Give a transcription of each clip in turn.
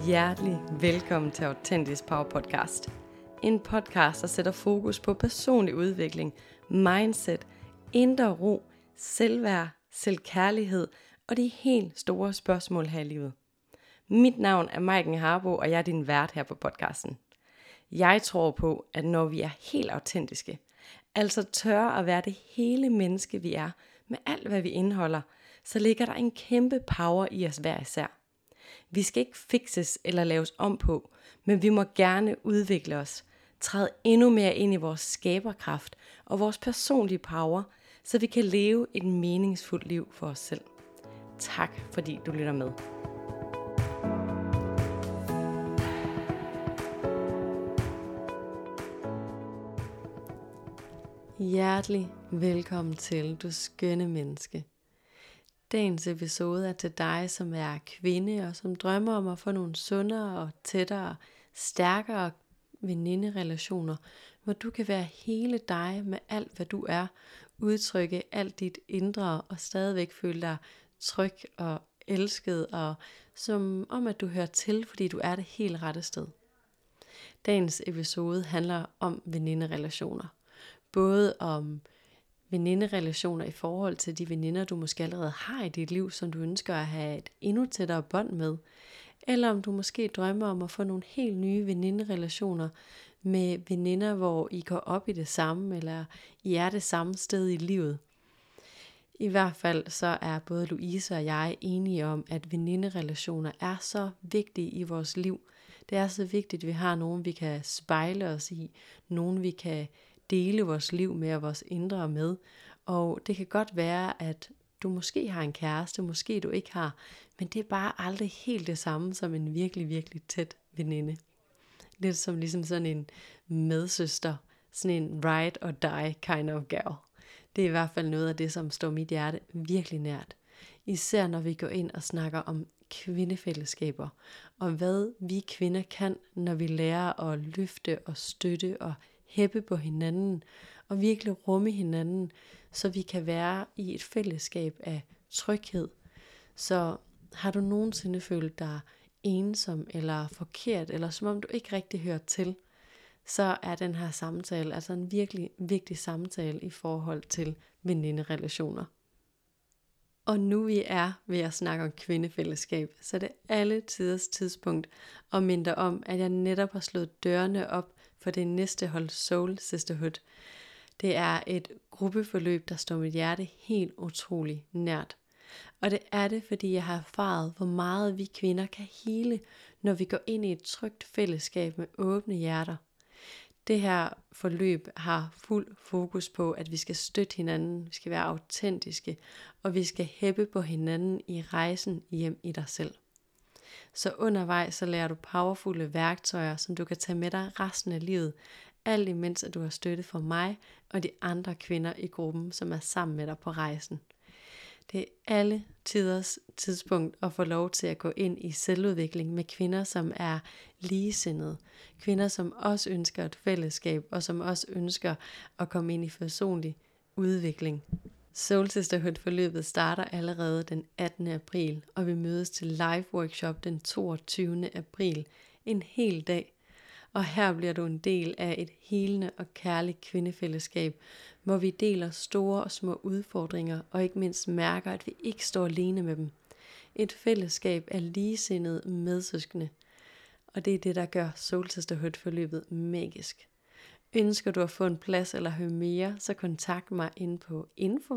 Hjertelig velkommen til Autentisk Power Podcast. En podcast, der sætter fokus på personlig udvikling, mindset, indre ro, selvværd, selvkærlighed og de helt store spørgsmål her i livet. Mit navn er Maiken Harbo, og jeg er din vært her på podcasten. Jeg tror på, at når vi er helt autentiske, altså tør at være det hele menneske vi er, med alt hvad vi indeholder, så ligger der en kæmpe power i os hver især. Vi skal ikke fikses eller laves om på, men vi må gerne udvikle os, træde endnu mere ind i vores skaberkraft og vores personlige power, så vi kan leve et meningsfuldt liv for os selv. Tak fordi du lytter med. Hjertelig velkommen til, du skønne menneske. Dagens episode er til dig, som er kvinde og som drømmer om at få nogle sundere og tættere, stærkere veninderelationer, hvor du kan være hele dig med alt hvad du er, udtrykke alt dit indre og stadigvæk føle dig tryg og elsket og som om at du hører til, fordi du er det helt rette sted. Dagens episode handler om veninderelationer. Både om veninderelationer i forhold til de veninder, du måske allerede har i dit liv, som du ønsker at have et endnu tættere bånd med. Eller om du måske drømmer om at få nogle helt nye veninderelationer med veninder, hvor I går op i det samme, eller I er det samme sted i livet. I hvert fald så er både Louise og jeg enige om, at veninderelationer er så vigtige i vores liv. Det er så vigtigt, at vi har nogen, vi kan spejle os i, nogen vi kan dele vores liv med og vores indre med. Og det kan godt være, at du måske har en kæreste, måske du ikke har, men det er bare aldrig helt det samme som en virkelig, virkelig tæt veninde. Lidt som ligesom sådan en medsøster, sådan en ride or die kind of girl. Det er i hvert fald noget af det, som står mit hjerte virkelig nært. Især når vi går ind og snakker om kvindefællesskaber, og hvad vi kvinder kan, når vi lærer at løfte og støtte og hæppe på hinanden, og virkelig rumme hinanden, så vi kan være i et fællesskab af tryghed. Så har du nogensinde følt dig ensom eller forkert, eller som om du ikke rigtig hører til, så er den her samtale altså en virkelig vigtig samtale i forhold til veninderelationer. Og nu vi er ved at snakke om kvindefællesskab, så er det alle tiders tidspunkt og minder om, at jeg netop har slået dørene op for det næste hold Soul Sisterhood. Det er et gruppeforløb, der står mit hjerte helt utrolig nært. Og det er det, fordi jeg har erfaret, hvor meget vi kvinder kan hele, når vi går ind i et trygt fællesskab med åbne hjerter. Det her forløb har fuld fokus på, at vi skal støtte hinanden, vi skal være autentiske, og vi skal hæppe på hinanden i rejsen hjem i dig selv. Så undervejs så lærer du powerfulde værktøjer, som du kan tage med dig resten af livet, alt imens at du har støtte fra mig og de andre kvinder i gruppen, som er sammen med dig på rejsen. Det er alle tiders tidspunkt at få lov til at gå ind i selvudvikling med kvinder, som er ligesindede. Kvinder, som også ønsker et fællesskab, og som også ønsker at komme ind i personlig udvikling. Soul Sisterhood-forløbet starter allerede den 18. april, og vi mødes til live workshop den 22. april. En hel dag. Og her bliver du en del af et helende og kærligt kvindefællesskab, hvor vi deler store og små udfordringer, og ikke mindst mærker, at vi ikke står alene med dem. Et fællesskab af ligesindede medsøskende. Og det er det, der gør Soul Sisterhood-forløbet magisk. Ønsker du at få en plads eller høre mere, så kontakt mig ind på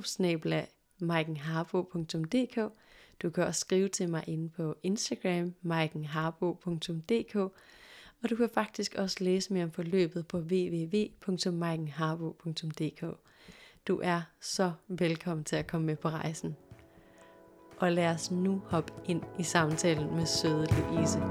info@maikenharbo.dk. Du kan også skrive til mig inde på Instagram, maikenharbo.dk. Og du kan faktisk også læse mere om forløbet på www.maikenharbo.dk. Du er så velkommen til at komme med på rejsen. Og lad os nu hoppe ind i samtalen med søde Louise.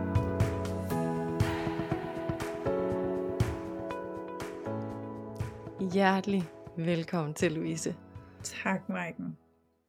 Hjertelig velkommen til, Louise. Tak, Maiken.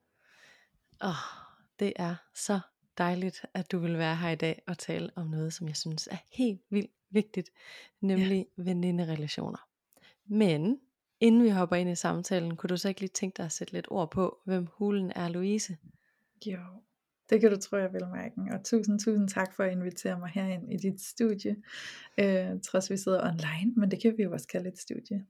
Det er så dejligt, at du vil være her i dag og tale om noget, som jeg synes er helt vildt vigtigt, nemlig veninderelationer. Men inden vi hopper ind i samtalen, kunne du så ikke lige tænke dig at sætte lidt ord på, hvem hulen er Louise? Jo, Det kan du tro, jeg vil, Maiken. Og tusind tak for at invitere mig herind i dit studie. Trods vi sidder online, men det kan vi jo også kalde et studie.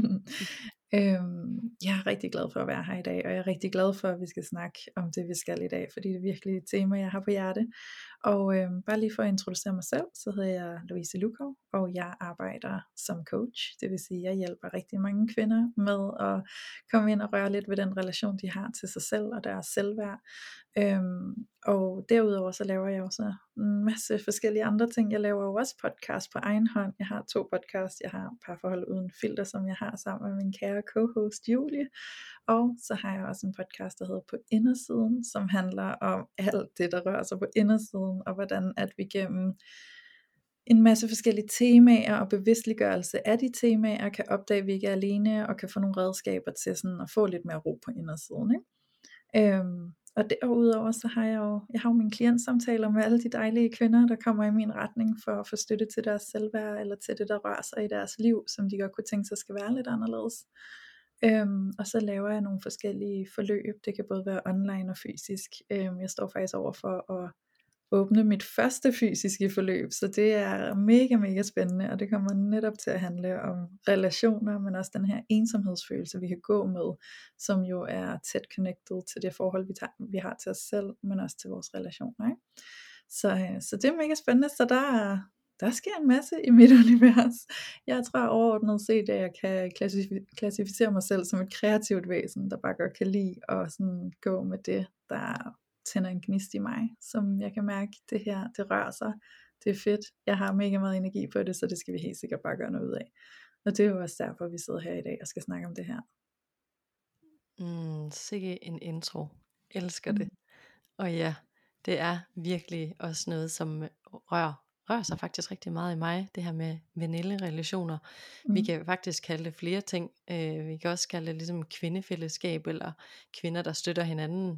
Jeg er rigtig glad for at være her i dag, og jeg er rigtig glad for, at vi skal snakke om det, vi skal i dag, fordi det er virkelig et tema, jeg har på hjerte. Og bare lige for at introducere mig selv, så hedder jeg Louise Lukov, og jeg arbejder som coach. Det vil sige, at jeg hjælper rigtig mange kvinder med at komme ind og røre lidt ved den relation, de har til sig selv og deres selvværd. Og derudover så laver jeg også en masse forskellige andre ting. Jeg laver jo også podcast på egen hånd. Jeg har 2 podcasts. Jeg har Parforhold uden filter, som jeg har sammen med min kære co-host Julie. Og så har jeg også en podcast, der hedder På Indersiden, som handler om alt det, der rører sig på indersiden, og hvordan at vi gennem en masse forskellige temaer og bevidstliggørelse af de temaer kan opdage, at vi ikke er alene, og kan få nogle redskaber til sådan at få lidt mere ro på indersiden, ikke? Og derudover så har jeg har jo mine klientsamtaler med alle de dejlige kvinder, der kommer i min retning for at få støtte til deres selvværd, eller til det, der rører sig i deres liv, som de godt kunne tænke sig skal være lidt anderledes. Og så laver jeg nogle forskellige forløb. Det kan både være online og fysisk. Jeg står faktisk over for at åbne mit første fysiske forløb, så det er mega spændende, og det kommer netop til at handle om relationer, men også den her ensomhedsfølelse, vi kan gå med, som jo er tæt connected til det forhold, vi har til os selv, men også til vores relationer, ikke? Så det er mega spændende, så der sker en masse i mit univers. Jeg tror overordnet set, at jeg kan klassificere mig selv som et kreativt væsen, der bare godt kan lide at sådan gå med det, der tænder en gnist i mig, som jeg kan mærke, det her, det rører sig, det er fedt, jeg har mega meget energi på det, så det skal vi helt sikkert bare gøre noget ud af. Og det er jo også derfor, vi sidder her i dag og skal snakke om det her. Sikke en intro. Elsker det. Og ja, det er virkelig også noget, som rører sig faktisk rigtig meget i mig, det her med veninde-relationer. Vi kan faktisk kalde det flere ting. Vi kan også kalde det ligesom kvindefællesskab, eller kvinder, der støtter hinanden.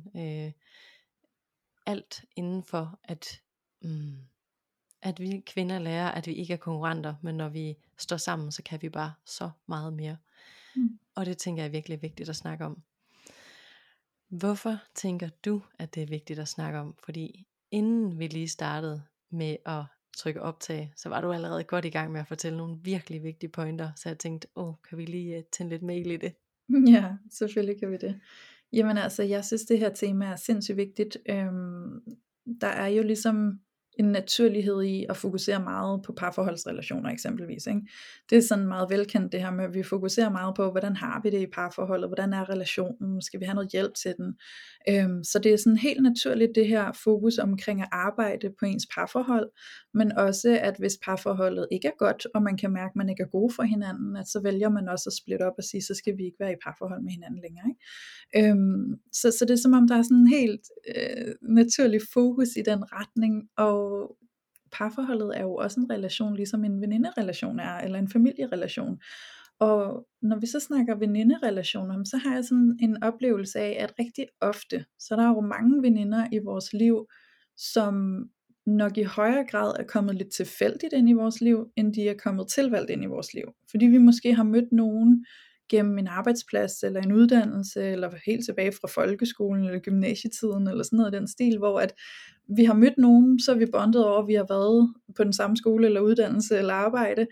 Alt inden for, at vi kvinder lærer, at vi ikke er konkurrenter, men når vi står sammen, så kan vi bare så meget mere. Og det tænker jeg er virkelig vigtigt at snakke om. Hvorfor tænker du, at det er vigtigt at snakke om? Fordi inden vi lige startede med at trykke optag, så var du allerede godt i gang med at fortælle nogle virkelig vigtige pointer. Så jeg tænkte, kan vi lige tænde lidt mail i det? Ja, selvfølgelig kan vi det. Jamen altså, jeg synes det her tema er sindssygt vigtigt. Der er jo ligesom en naturlighed i at fokusere meget på parforholdsrelationer eksempelvis, ikke? Det er sådan meget velkendt det her med, at vi fokuserer meget på, hvordan har vi det i parforholdet, hvordan er relationen, skal vi have noget hjælp til den? Så det er sådan helt naturligt det her fokus omkring at arbejde på ens parforhold, men også at hvis parforholdet ikke er godt, og man kan mærke, at man ikke er god for hinanden, at så vælger man også at splitte op og sige, så skal vi ikke være i parforhold med hinanden længere, ikke? Så det er som om der er sådan en helt naturlig fokus i den retning, og parforholdet er jo også en relation, ligesom en veninderelation er, eller en familierelation. Og når vi så snakker veninderelationer, så har jeg sådan en oplevelse af, at rigtig ofte, så der er jo mange veninder i vores liv, som nok i højere grad er kommet lidt tilfældigt ind i vores liv, end de er kommet tilvalgt ind i vores liv. Fordi vi måske har mødt nogen gennem en arbejdsplads, eller en uddannelse, eller helt tilbage fra folkeskolen, eller gymnasietiden, eller sådan noget af den stil, hvor at vi har mødt nogen, så er vi bondet over, at vi har været på den samme skole, eller uddannelse, eller arbejde,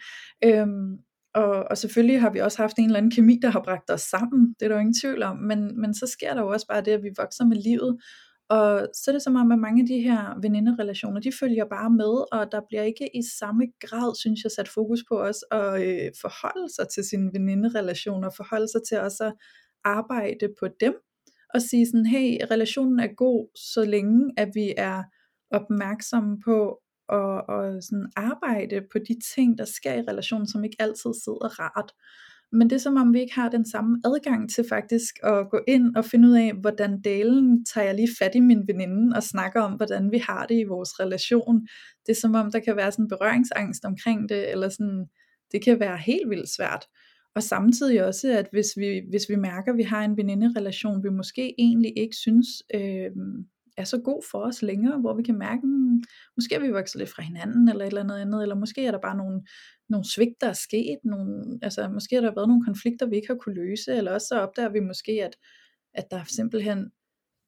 og selvfølgelig har vi også haft en eller anden kemi, der har bragt os sammen, det er der jo ingen tvivl om, men så sker der jo også bare det, at vi vokser med livet, og så er det som om, at mange af de her veninderelationer, de følger bare med, og der bliver ikke i samme grad, synes jeg, sat fokus på os at forholde sig til sine veninderelationer, forholde sig til også at arbejde på dem, og sige sådan, hey, relationen er god, så længe at vi er opmærksomme på og sådan arbejde på de ting, der sker i relationen, som ikke altid sidder rart. Men det er som om vi ikke har den samme adgang til faktisk at gå ind og finde ud af, hvordan delen tager jeg lige fat i min veninde og snakker om, hvordan vi har det i vores relation. Det er som om der kan være sådan berøringsangst omkring det, eller sådan, det kan være helt vildt svært. Og samtidig også, at hvis vi mærker, at vi har en veninderelation, vi måske egentlig ikke synes er så god for os længere, hvor vi kan mærke, måske er vi vokset lidt fra hinanden, eller et eller andet, eller måske er der bare nogle svigt, der er sket, altså måske har der været nogle konflikter, vi ikke har kunne løse, eller også så opdager vi måske, at der simpelthen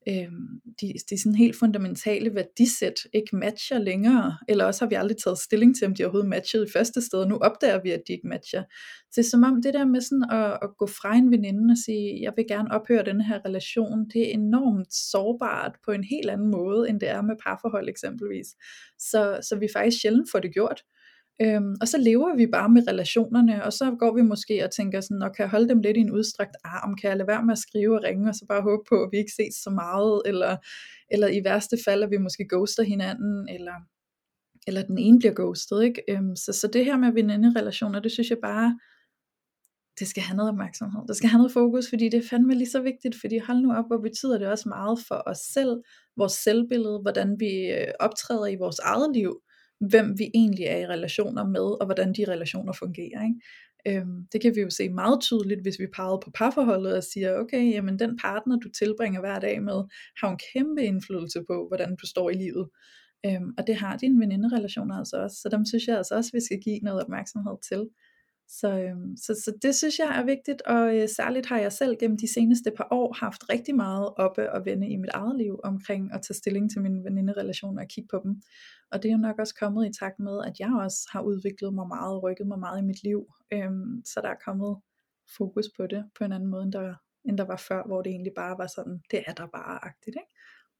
de sådan helt fundamentale værdisæt ikke matcher længere, eller også har vi aldrig taget stilling til, om de overhovedet matchede i første sted, og nu opdager vi, at de ikke matcher. Så det er som om det der med sådan at gå fra en veninde og sige, jeg vil gerne ophøre den her relation, det er enormt sårbart på en helt anden måde, end det er med parforhold eksempelvis. Så vi faktisk sjældent får det gjort. Og så lever vi bare med relationerne, og så går vi måske og tænker sådan, kan jeg holde dem lidt i en udstrakt arm, kan jeg lade være med at skrive og ringe, og så bare håbe på, at vi ikke ses så meget, eller i værste fald, at vi måske ghoster hinanden, eller den ene bliver ghostet, ikke? Så det her med veninderelationer, det synes jeg bare, det skal have noget opmærksomhed, det skal have noget fokus, fordi det er fandme lige så vigtigt, fordi hold nu op, hvor betyder det også meget for os selv, vores selvbillede, hvordan vi optræder i vores eget liv, hvem vi egentlig er i relationer med, og hvordan de relationer fungerer, ikke? Det kan vi jo se meget tydeligt, hvis vi pegede på parforholdet og siger, okay, jamen den partner, du tilbringer hver dag med, har en kæmpe indflydelse på, hvordan du står i livet. Og det har dine veninderelationer altså også, så dem synes jeg altså også, vi skal give noget opmærksomhed til. Så det synes jeg er vigtigt, og særligt har jeg selv gennem de seneste par år haft rigtig meget oppe og vende i mit eget liv omkring at tage stilling til mine veninderelationer og kigge på dem. Og det er jo nok også kommet i takt med, at jeg også har udviklet mig meget og rykket mig meget i mit liv. Så der er kommet fokus på det på en anden måde, end der var før, hvor det egentlig bare var sådan, det er der bare-agtigt, ikke?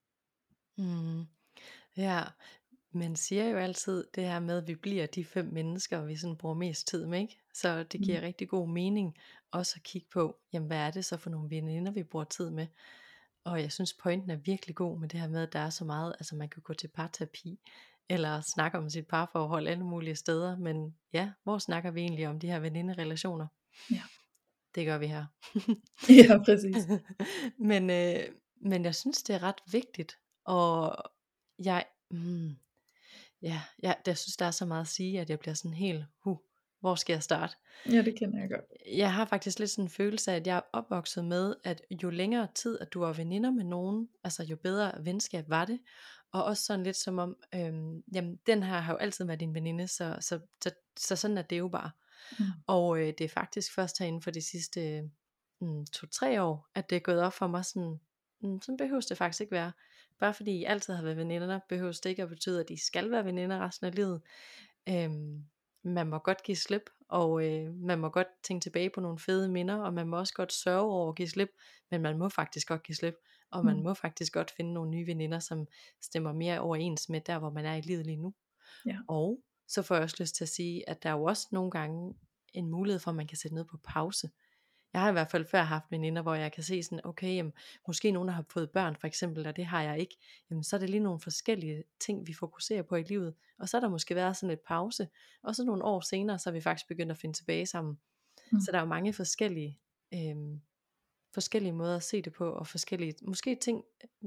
Ja, man siger jo altid det her med, at vi bliver de 5 mennesker, vi sådan bruger mest tid med, ikke? Så det giver rigtig god mening også at kigge på, jamen hvad er det så for nogle veninder, vi bruger tid med? Og jeg synes pointen er virkelig god med det her med, at der er så meget, altså man kan gå til parterapi, eller snakke om sit parforhold alle mulige steder, men ja, hvor snakker vi egentlig om de her veninderelationer? Ja. Det gør vi her. Ja, præcis. men jeg synes det er ret vigtigt, og jeg jeg synes der er så meget at sige, at jeg bliver sådan helt, hvor skal jeg starte? Ja, det kender jeg godt. Jeg har faktisk lidt sådan en følelse af, at jeg er opvokset med, at jo længere tid, at du var veninder med nogen, altså jo bedre venskab var det, og også sådan lidt som om, jamen den her har jo altid været din veninde, så sådan er det jo bare. Og det er faktisk først herinde for de sidste 2-3 år, at det er gået op for mig sådan, sådan behøver det faktisk ikke være. Bare fordi I altid har været veninder, behøver det ikke at betyde, at I skal være veninder resten af livet. Man må godt give slip, og man må godt tænke tilbage på nogle fede minder, og man må også godt sørge over at give slip, men man må faktisk godt give slip, og man må faktisk godt finde nogle nye veninder, som stemmer mere overens med der, hvor man er i livet lige nu. Ja. Og så får jeg også lyst til at sige, at der er jo også nogle gange en mulighed for, at man kan sætte noget på pause. Jeg har i hvert fald før haft veninder, hvor jeg kan se sådan, okay, jamen, måske nogen har fået børn for eksempel, og det har jeg ikke. Jamen så er det lige nogle forskellige ting, vi fokuserer på i livet. Og så er der måske været sådan et pause. Og så nogle år senere, så er vi faktisk begyndt at finde tilbage sammen. Så der er jo mange forskellige måder at se det på, og forskellige, måske ting,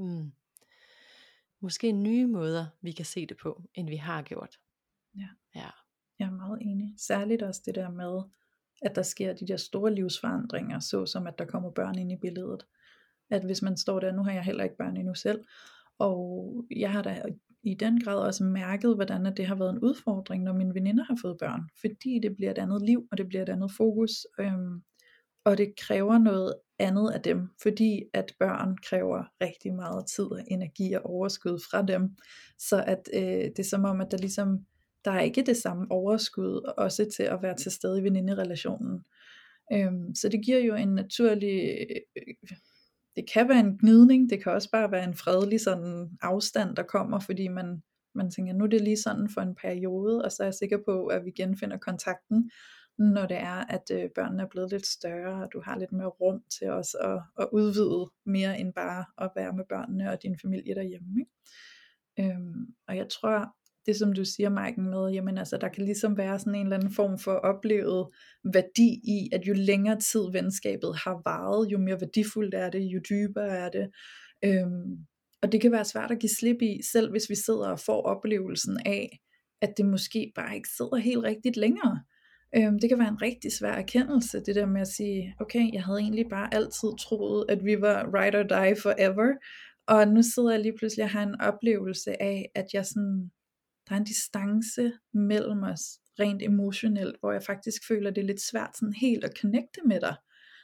måske nye måder, vi kan se det på, end vi har gjort. Ja. Ja. Jeg er meget enig. Særligt også det der med, at der sker de der store livsforandringer, såsom at der kommer børn ind i billedet. At hvis man står der, nu har jeg heller ikke børn endnu selv, og jeg har da i den grad også mærket, hvordan det har været en udfordring, når mine veninder har fået børn, fordi det bliver et andet liv, og det bliver et andet fokus, og det kræver noget andet af dem, fordi at børn kræver rigtig meget tid og energi og overskud fra dem, så at det er som om, at der er ikke det samme overskud også til at være til stede i veninderelationen. Så det giver jo en naturlig, det kan være en gnidning, det kan også bare være en fredelig sådan afstand, der kommer, fordi man tænker, nu er det lige sådan for en periode, og så er jeg sikker på, at vi genfinder kontakten, når det er, at børnene er blevet lidt større, og du har lidt mere rum til også at udvide mere end bare at være med børnene og din familie derhjemme, ikke? Og jeg tror, det som du siger, Maiken, med, jamen altså, der kan ligesom være sådan en eller anden form for oplevet værdi i, at jo længere tid venskabet har varet, jo mere værdifuldt er det, jo dybere er det. Og det kan være svært at give slip i, selv hvis vi sidder og får oplevelsen af, at det måske bare ikke sidder helt rigtigt længere. Det kan være en rigtig svær erkendelse, det der med at sige, okay, jeg havde egentlig bare altid troet, at vi var ride or die forever, og nu sidder jeg lige pludselig og har en oplevelse af, at jeg sådan, der er en distance mellem os, rent emotionelt, hvor jeg faktisk føler, det er lidt svært sådan helt at connecte med dig.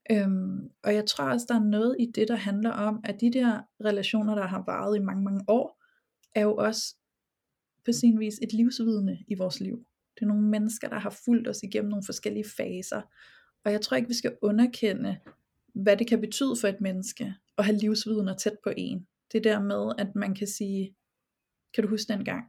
Og jeg tror også, der er noget i det, der handler om, at de der relationer, der har varet i mange, mange år, er jo også på sin vis et livsvidne i vores liv. Det er nogle mennesker, der har fulgt os igennem nogle forskellige faser. Og jeg tror ikke, vi skal underkende, hvad det kan betyde for et menneske, at have livsvidner tæt på en. Det der med, at man kan sige, kan du huske den gang?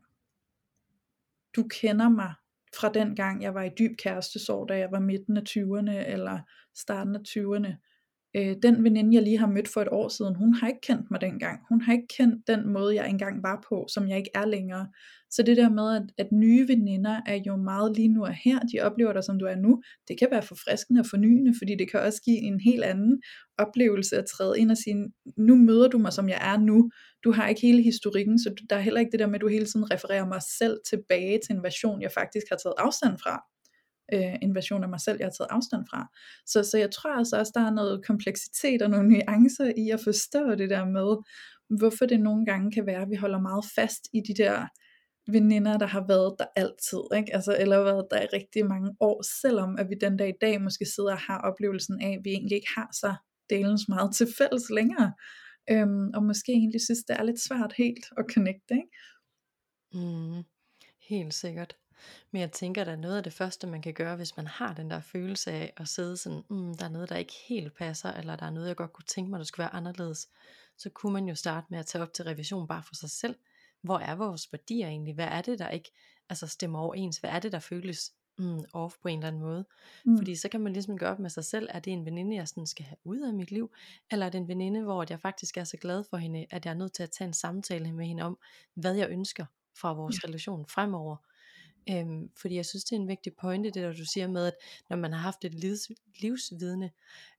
Du kender mig fra den gang, jeg var i dyb kærestesorg, da jeg var midten af 20'erne, eller starten af 20'erne. Den veninde, jeg lige har mødt for et år siden, hun har ikke kendt mig dengang. Hun har ikke kendt den måde, jeg engang var på, som jeg ikke er længere. Så det der med, at nye veninder er jo meget lige nu og her, de oplever dig, som du er nu, det kan være forfriskende og fornyende, fordi det kan også give en helt anden oplevelse at træde ind og sige, nu møder du mig, som jeg er nu. Du har ikke hele historikken, så der er heller ikke det der med, at du hele tiden refererer mig selv tilbage til en version, jeg faktisk har taget afstand fra. En version af mig selv, jeg har taget afstand fra. Så jeg tror altså også, der er noget kompleksitet og nogle nuancer i at forstå det der med, hvorfor det nogle gange kan være, at vi holder meget fast i de der veninder, der har været der altid, ikke? Altså, eller været der i rigtig mange år, selvom at vi den dag i dag måske sidder og har oplevelsen af, at vi egentlig ikke har så delens meget til fælles længere, og måske egentlig synes, det er lidt svært helt at connecte, ikke? Mm, helt sikkert. Men jeg tænker, der er noget af det første, man kan gøre, hvis man har den der følelse af at sidde sådan, der er noget, der ikke helt passer, eller der er noget, jeg godt kunne tænke mig, der skulle være anderledes, så kunne man jo starte med at tage op til revision bare for sig selv. Hvor er vores værdier egentlig? Hvad er det, der ikke stemmer overens? Hvad er det, der føles off på en eller anden måde? Fordi så kan man ligesom gøre op med sig selv, er det en veninde, jeg sådan skal have ud af mit liv, eller er det en veninde, hvor jeg faktisk er så glad for hende, at jeg er nødt til at tage en samtale med hende om, hvad jeg ønsker fra vores relation fremover. Fordi jeg synes, det er en vigtig pointe, det der du siger med, at når man har haft et livsvidne,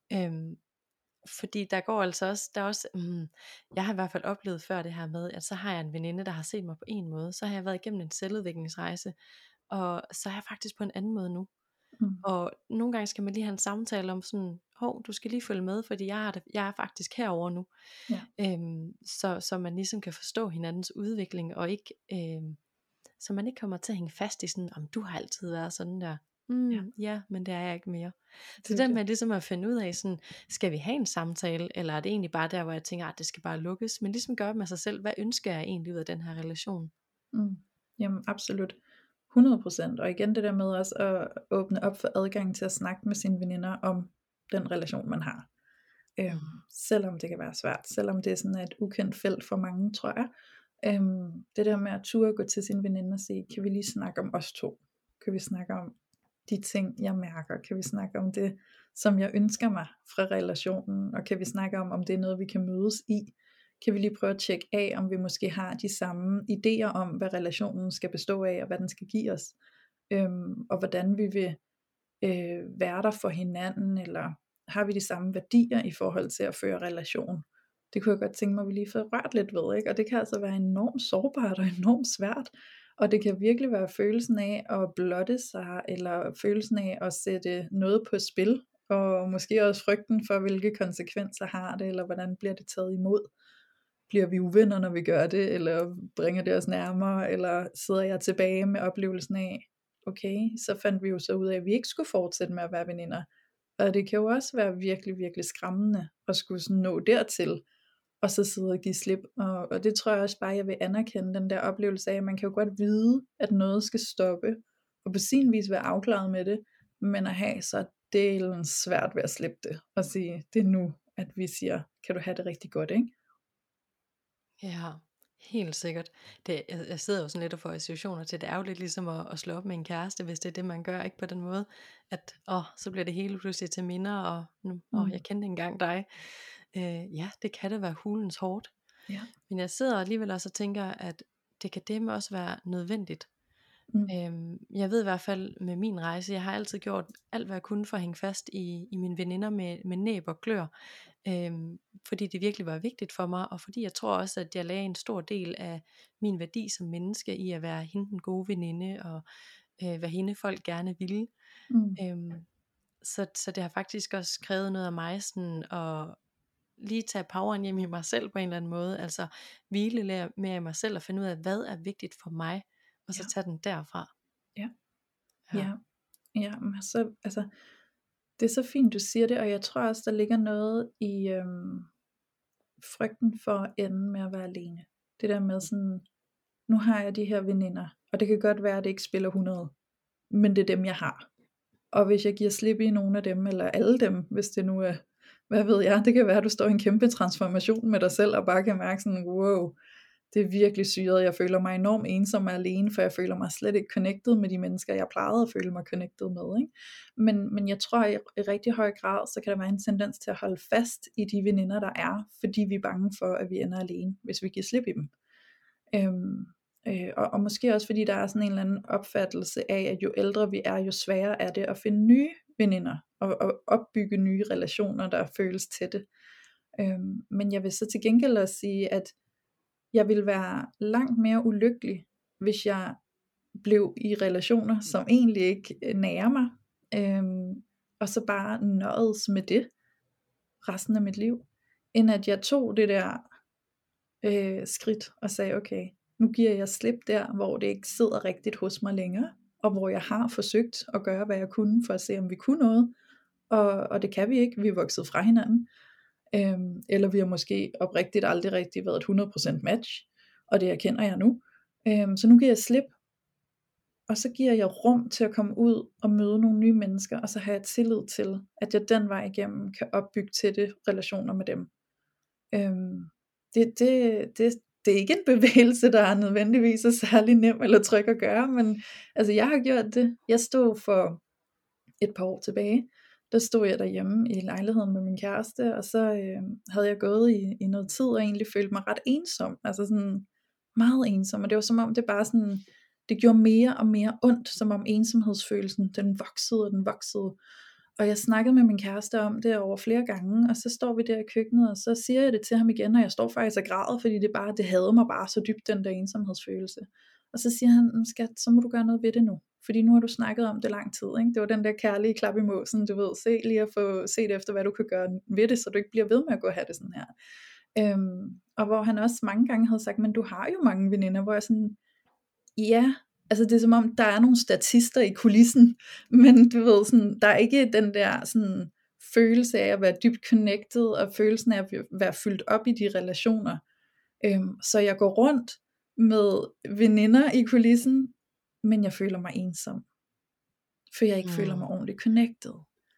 fordi der går altså også, jeg har i hvert fald oplevet før det her med, at så har jeg en veninde, der har set mig på en måde, så har jeg været igennem en selvudviklingsrejse, og så er jeg faktisk på en anden måde nu. Og nogle gange skal man lige have en samtale om sådan, du skal lige følge med, fordi jeg er faktisk herover nu. Ja. Så man ligesom kan forstå hinandens udvikling, og ikke, så man ikke kommer til at hænge fast i sådan, om du har altid været sådan der. Ja, men det er jeg ikke mere. Så den med ligesom at finde ud af sådan, skal vi have en samtale, eller er det egentlig bare der, hvor jeg tænker, at det skal bare lukkes, men ligesom gøre op med sig selv, hvad ønsker jeg egentlig ud af den her relation? Jamen absolut, 100%, og igen det der med også at åbne op for adgang til at snakke med sine veninder om den relation man har, selvom det kan være svært, selvom det er sådan et ukendt felt for mange, tror jeg. Det der med at turde gå til sin veninde og sige, kan vi lige snakke om os to, kan vi snakke om de ting jeg mærker, kan vi snakke om det som jeg ønsker mig fra relationen, og kan vi snakke om det er noget vi kan mødes i, kan vi lige prøve at tjekke af, om vi måske har de samme idéer om, hvad relationen skal bestå af, og hvad den skal give os, og hvordan vi vil være der for hinanden, eller har vi de samme værdier i forhold til at føre relation. Det kunne jeg godt tænke mig, at vi lige får rørt lidt ved, ikke? Og det kan altså være enormt sårbart og enormt svært, og det kan virkelig være følelsen af at blotte sig, eller følelsen af at sætte noget på spil, og måske også frygten for, hvilke konsekvenser har det, eller hvordan bliver det taget imod. Bliver vi uvenner, når vi gør det, eller bringer det os nærmere, eller sidder jeg tilbage med oplevelsen af, okay, så fandt vi jo så ud af, at vi ikke skulle fortsætte med at være veninder. Og det kan jo også være virkelig, virkelig skræmmende, at skulle sådan nå dertil, og så sidde og give slip, og det tror jeg også bare, jeg vil anerkende, den der oplevelse af, at man kan jo godt vide, at noget skal stoppe, og på sin vis være afklaret med det, men at have så delen svært ved at slippe det, og sige, det er nu, at vi siger, kan du have det rigtig godt, ikke? Ja, helt sikkert. Jeg sidder jo sådan lidt og får associationer til, det er jo lidt ligesom at slå op med en kæreste, hvis det er det man gør, ikke på den måde, at så bliver det hele pludselig til minder, og jeg kendte engang dig. Ja, det kan det være hulens hårdt. Ja. Men jeg sidder alligevel også og tænker, at det kan det også være nødvendigt. Jeg ved i hvert fald med min rejse, jeg har altid gjort alt hvad jeg kunne for at hænge fast i mine veninder med næb og klør, fordi det virkelig var vigtigt for mig, og fordi jeg tror også at jeg lagde en stor del af min værdi som menneske i at være hende den gode veninde, og hvad hende folk gerne ville. Så det har faktisk også krævet noget af mig sådan at lige tage poweren hjem i mig selv på en eller anden måde, altså hvile mere i mig selv og finde ud af, hvad er vigtigt for mig, og så tage den derfra. Ja, men så, altså, Det er så fint, du siger det, og jeg tror også, der ligger noget i frygten for at ende med at være alene. Det der med sådan, nu har jeg de her veninder, og det kan godt være, at det ikke spiller 100, men det er dem, jeg har. Og hvis jeg giver slip i nogle af dem, eller alle dem, hvis det nu er, hvad ved jeg, det kan være, at du står i en kæmpe transformation med dig selv, og bare kan mærke sådan, wow, det er virkelig syret, jeg føler mig enormt ensom og alene, for jeg føler mig slet ikke connected med de mennesker, jeg plejede at føle mig connected med, ikke? Men jeg tror i rigtig høj grad, så kan der være en tendens til at holde fast i de veninder, der er, fordi vi er bange for, at vi ender alene, hvis vi giver slip i dem. Og måske også fordi der er sådan en eller anden opfattelse af, at jo ældre vi er, jo sværere er det at finde nye veninder, og opbygge nye relationer, der føles tætte. Men jeg vil så til gengæld også sige, at jeg ville være langt mere ulykkelig, hvis jeg blev i relationer, som egentlig ikke nærer mig, og så bare nøjedes med det resten af mit liv, end at jeg tog det der skridt og sagde, okay, nu giver jeg slip der, hvor det ikke sidder rigtigt hos mig længere, og hvor jeg har forsøgt at gøre, hvad jeg kunne, for at se, om vi kunne noget, og det kan vi ikke, vi er vokset fra hinanden, eller vi har måske oprigtigt aldrig rigtig været et 100% match, og det erkender jeg nu, så nu giver jeg slip, og så giver jeg rum til at komme ud og møde nogle nye mennesker, og så har jeg tillid til, at jeg den vej igennem kan opbygge tætte relationer med dem. Det er ikke en bevægelse, der er nødvendigvis er særlig nem eller tryg at gøre, men altså jeg har gjort det. Jeg stod for et par år tilbage, der stod jeg derhjemme i lejligheden med min kæreste, og så havde jeg gået i noget tid, og egentlig følte mig ret ensom, altså sådan meget ensom, og det var som om det bare sådan, det gjorde mere og mere ondt, som om ensomhedsfølelsen, den voksede og den voksede, og jeg snakkede med min kæreste om det over flere gange, og så står vi der i køkkenet, og så siger jeg det til ham igen, og jeg står faktisk og græder, fordi det havde mig bare så dybt, den der ensomhedsfølelse. Og så siger han, skat, så må du gøre noget ved det nu, fordi nu har du snakket om det lang tid, ikke? Det var den der kærlige klap i måsen, du ved, se lige at få set efter, hvad du kan gøre ved det, så du ikke bliver ved med at gå og have det sådan her. Og hvor han også mange gange havde sagt, men du har jo mange veninder, hvor jeg sådan, ja, altså det er som om, der er nogle statister i kulissen, men du ved, sådan, der er ikke den der sådan, følelse af at være dybt connected, og følelsen af at være fyldt op i de relationer. Så jeg går rundt med veninder i kulissen, men jeg føler mig ensom, for jeg ikke føler mig ordentligt connected.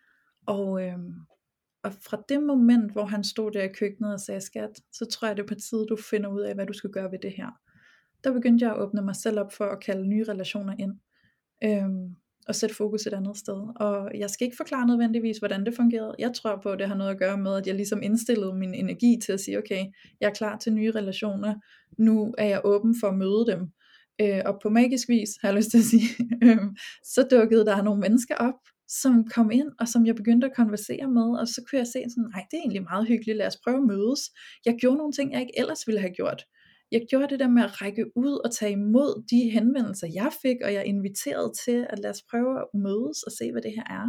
Og fra det moment, hvor han stod der i køkkenet og sagde, skat, så tror jeg det er på tide, du finder ud af, hvad du skal gøre ved det her. Der begyndte jeg at åbne mig selv op for at kalde nye relationer ind, og sætte fokus et andet sted. Og jeg skal ikke forklare nødvendigvis, hvordan det fungerede. Jeg tror på, at det har noget at gøre med, at jeg ligesom indstillede min energi til at sige, okay, jeg er klar til nye relationer, nu er jeg åben for at møde dem. Og på magisk vis, har jeg lyst til at sige, så dukkede der nogle mennesker op, som kom ind, og som jeg begyndte at konversere med, og så kunne jeg se sådan, nej, det er egentlig meget hyggeligt, lad os prøve at mødes. Jeg gjorde nogle ting, jeg ikke ellers ville have gjort. Jeg gjorde det der med at række ud og tage imod de henvendelser, jeg fik, og jeg inviterede til, at lad os prøve at mødes og se, hvad det her er.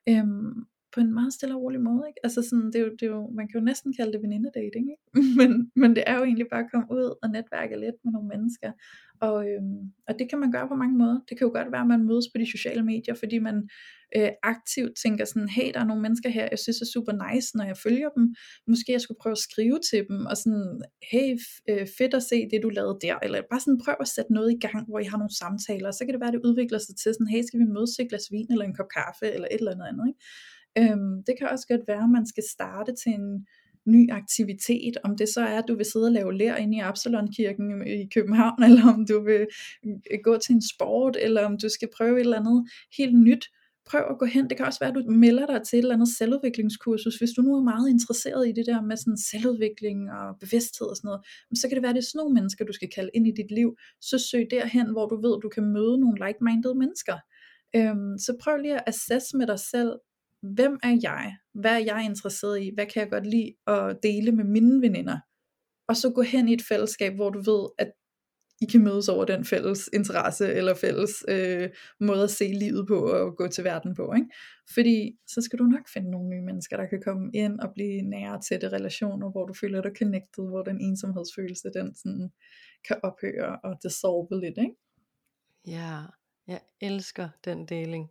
På en meget stille og rolig måde, ikke? Altså sådan, det er jo, man kan jo næsten kalde det venindedating, ikke? men det er jo egentlig bare at komme ud og netværke lidt med nogle mennesker, og det kan man gøre på mange måder. Det kan jo godt være, at man mødes på de sociale medier, fordi man aktivt tænker sådan, hey, der er nogle mennesker her, jeg synes er super nice, når jeg følger dem, måske jeg skulle prøve at skrive til dem, og sådan, hey, fedt at se det, du lavede der, eller bare sådan prøv at sætte noget i gang, hvor I har nogle samtaler, og så kan det være, det udvikler sig til sådan, hey, skal vi mødes til et glas vin, eller en kop kaffe, eller et eller andet, ikke? Det kan også godt være, at man skal starte til en ny aktivitet, om det så er, at du vil sidde og lave ler inde i Absalon-kirken i København, eller om du vil gå til en sport, eller om du skal prøve et eller andet helt nyt. Prøv at gå hen, det kan også være, at du melder dig til et eller andet selvudviklingskursus, hvis du nu er meget interesseret i det der med sådan selvudvikling og bevidsthed og sådan noget, så kan det være, at det er sådan nogle mennesker, du skal kalde ind i dit liv, så søg derhen, hvor du ved, du kan møde nogle like-minded mennesker. Så prøv lige at assess med dig selv, hvem er jeg? Hvad er jeg interesseret i? Hvad kan jeg godt lide at dele med mine veninder? Og så gå hen i et fællesskab, hvor du ved, at I kan mødes over den fælles interesse, eller fælles måde at se livet på, og gå til verden på, ikke? Fordi så skal du nok finde nogle nye mennesker, der kan komme ind og blive nære tætte relationer, hvor du føler dig connected, hvor den ensomhedsfølelse, den sådan, kan ophøre og dissolve lidt, ikke? Ja, jeg elsker den deling.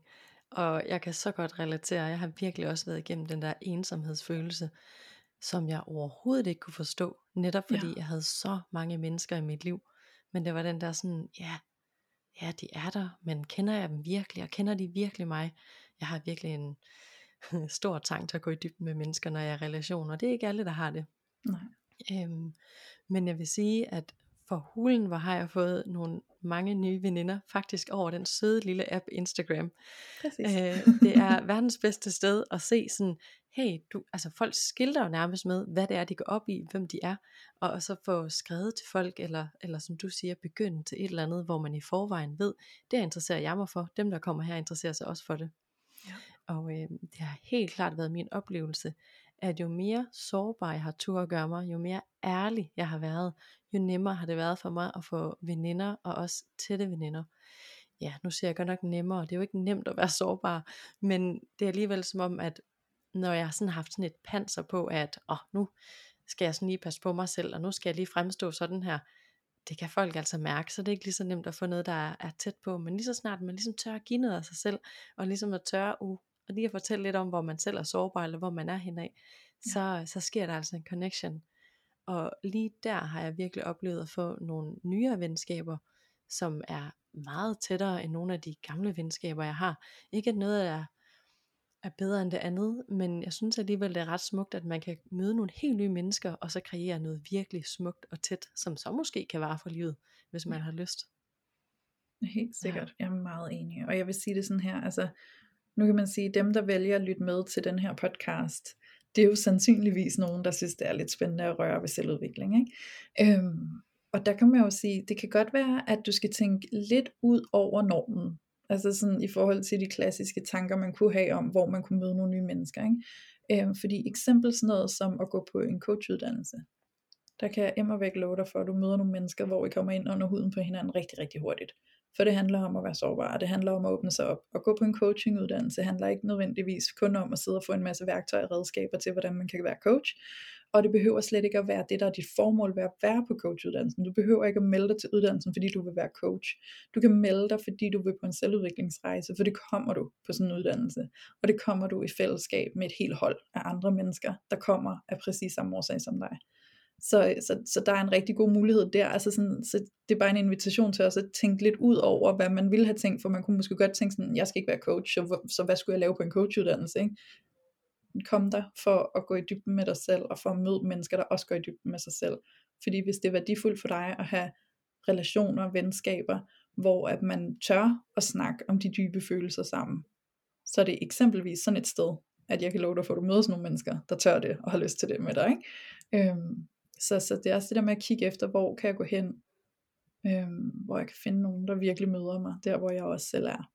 Og jeg kan så godt relatere, jeg har virkelig også været igennem den der ensomhedsfølelse, som jeg overhovedet ikke kunne forstå, netop Ja, fordi jeg havde så mange mennesker i mit liv. Men det var den der sådan, ja, de er der, men kender jeg dem virkelig, og kender de virkelig mig? Jeg har virkelig en stor trang til at gå i dybden med mennesker, når jeg er i relation, og det er ikke alle, der har det. nej, Øhm, men jeg vil sige, at for hulen, hvor har jeg fået nogle mange nye veninder, faktisk over den søde lille app Instagram. præcis. Det er verdens bedste sted at se sådan, hey, altså folk skilter jo nærmest med, hvad det er, de går op i, hvem de er, og så få skrevet til folk, eller som du siger, begynde til et eller andet, hvor man i forvejen ved, det interesserer jeg mig for, dem der kommer her interesserer sig også for det. Ja, Og det har helt klart været min oplevelse, at jo mere sårbar jeg har tur at gøre mig, jo mere ærlig jeg har været, jo nemmere har det været for mig at få veninder, og også tætte veninder. Ja, nu siger jeg godt nok nemmere, det er jo ikke nemt at være sårbar, men det er alligevel som om, at når jeg sådan har haft sådan et panser på, at nu skal jeg sådan lige passe på mig selv, og nu skal jeg lige fremstå sådan her, det kan folk altså mærke, så det er ikke lige så nemt at få noget, der er tæt på, men lige så snart man ligesom tør at give noget af sig selv, og ligesom at tørre og lige at fortælle lidt om, hvor man selv er sårbar, eller hvor man er henad, ja, så sker der altså en connection. Og lige der har jeg virkelig oplevet at få nogle nyere venskaber, som er meget tættere end nogle af de gamle venskaber, jeg har. Ikke at noget er bedre end det andet, men jeg synes alligevel, det er ret smukt, at man kan møde nogle helt nye mennesker, og så kreere noget virkelig smukt og tæt, som så måske kan vare for livet, hvis man ja. har lyst. Helt Ja. sikkert, jeg er meget enig. Og jeg vil sige det sådan her, altså nu kan man sige, dem der vælger at lytte med til den her podcast, det er jo sandsynligvis nogen, der synes det er lidt spændende at røre ved selvudvikling, ikke? Og der kan man jo sige, det kan godt være, at du skal tænke lidt ud over normen. Altså sådan i forhold til de klassiske tanker, man kunne have om, hvor man kunne møde nogle nye mennesker, ikke? Fordi eksempel sådan noget som at gå på en coachuddannelse, der kan jeg immervæk love dig for, at du møder nogle mennesker, hvor I kommer ind under huden på hinanden rigtig, rigtig hurtigt. For det handler om at være sårbar, og det handler om at åbne sig op. Og gå på en coachinguddannelse handler ikke nødvendigvis kun om at sidde og få en masse værktøjer og redskaber til, hvordan man kan være coach. Og det behøver slet ikke at være det, der er dit formål ved at være på coachuddannelsen. Du behøver ikke at melde dig til uddannelsen, fordi du vil være coach. Du kan melde dig, fordi du vil på en selvudviklingsrejse, for det kommer du på sådan en uddannelse. Og det kommer du i fællesskab med et helt hold af andre mennesker, der kommer af præcis samme årsag som dig. Så der er en rigtig god mulighed der, altså sådan, så det er bare en invitation til også at tænke lidt ud over, hvad man ville have tænkt, for man kunne måske godt tænke sådan, jeg skal ikke være coach, så hvad skulle jeg lave på en coachuddannelse, ikke? Kom der for at gå i dybden med dig selv, og for at møde mennesker, der også går i dybden med sig selv, fordi hvis det er værdifuldt for dig at have relationer, venskaber, hvor at man tør at snakke om de dybe følelser sammen, så er det eksempelvis sådan et sted, at jeg kan love dig for, at du møder sådan nogle mennesker, der tør det, og har lyst til det med dig, ikke? Så det er også det der med at kigge efter, hvor kan jeg gå hen, hvor jeg kan finde nogen, der virkelig møder mig, der hvor jeg også selv er.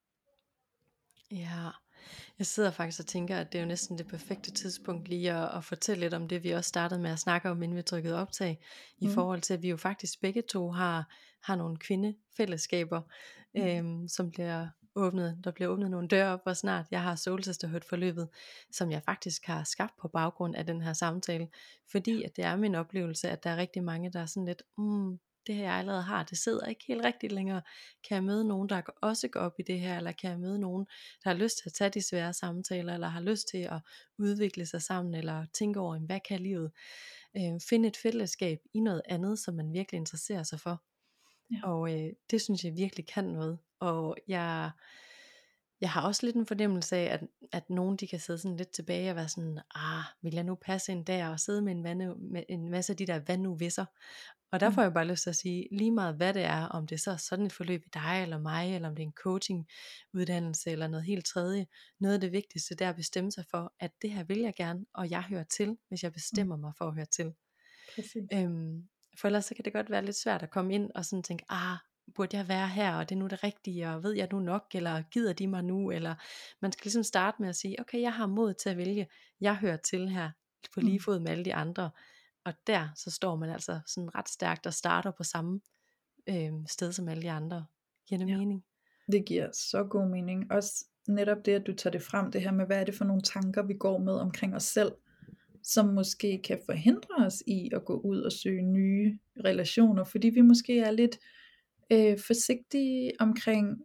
Ja, jeg sidder faktisk og tænker, at det er jo næsten det perfekte tidspunkt lige at fortælle lidt om det, vi også startede med at snakke om, inden vi trykkede optag, i Mm. forhold til, at vi jo faktisk begge to har nogle kvindefællesskaber, som bliver åbnet. Der bliver åbnet nogle døre op, og snart jeg har Soul Sisterhood forløbet, som jeg faktisk har skabt på baggrund af den her samtale, fordi at det er min oplevelse, at der er rigtig mange, der er sådan lidt, det her jeg allerede har, det sidder ikke helt rigtigt længere. Kan jeg møde nogen, der også går op i det her, eller kan jeg møde nogen, der har lyst til at tage de svære samtaler, eller har lyst til at udvikle sig sammen, eller tænke over, hvad kan livet? Finde et fællesskab i noget andet, som man virkelig interesserer sig for. Ja. Og det synes jeg virkelig kan noget. Og jeg har også lidt en fornemmelse af, at nogen de kan sidde sådan lidt tilbage og være sådan, vil jeg nu passe ind der og sidde med med en masse af de der hvad nu visser. Og der får Mm. jeg bare lyst til at sige, lige meget hvad det er, om det så er sådan et forløb i dig eller mig, eller om det er en coaching uddannelse eller noget helt tredje. Noget af det vigtigste, det er at bestemme sig for, at det her vil jeg gerne, og jeg hører til, hvis jeg bestemmer mig for at høre til. Præcis. For ellers så kan det godt være lidt svært at komme ind og sådan tænke, burde jeg være her, og det er nu det rigtige, og ved jeg nu nok, eller gider de mig nu, eller man skal ligesom starte med at sige, okay, jeg har mod til at vælge, jeg hører til her, på lige Mm. fod med alle de andre, og der så står man altså sådan ret stærkt og starter på samme sted som alle de andre. Giver det Ja. mening? Det giver så god mening. Også netop det, at du tager det frem, det her med, hvad er det for nogle tanker, vi går med omkring os selv, som måske kan forhindre os i at gå ud og søge nye relationer, fordi vi måske er lidt forsigtige omkring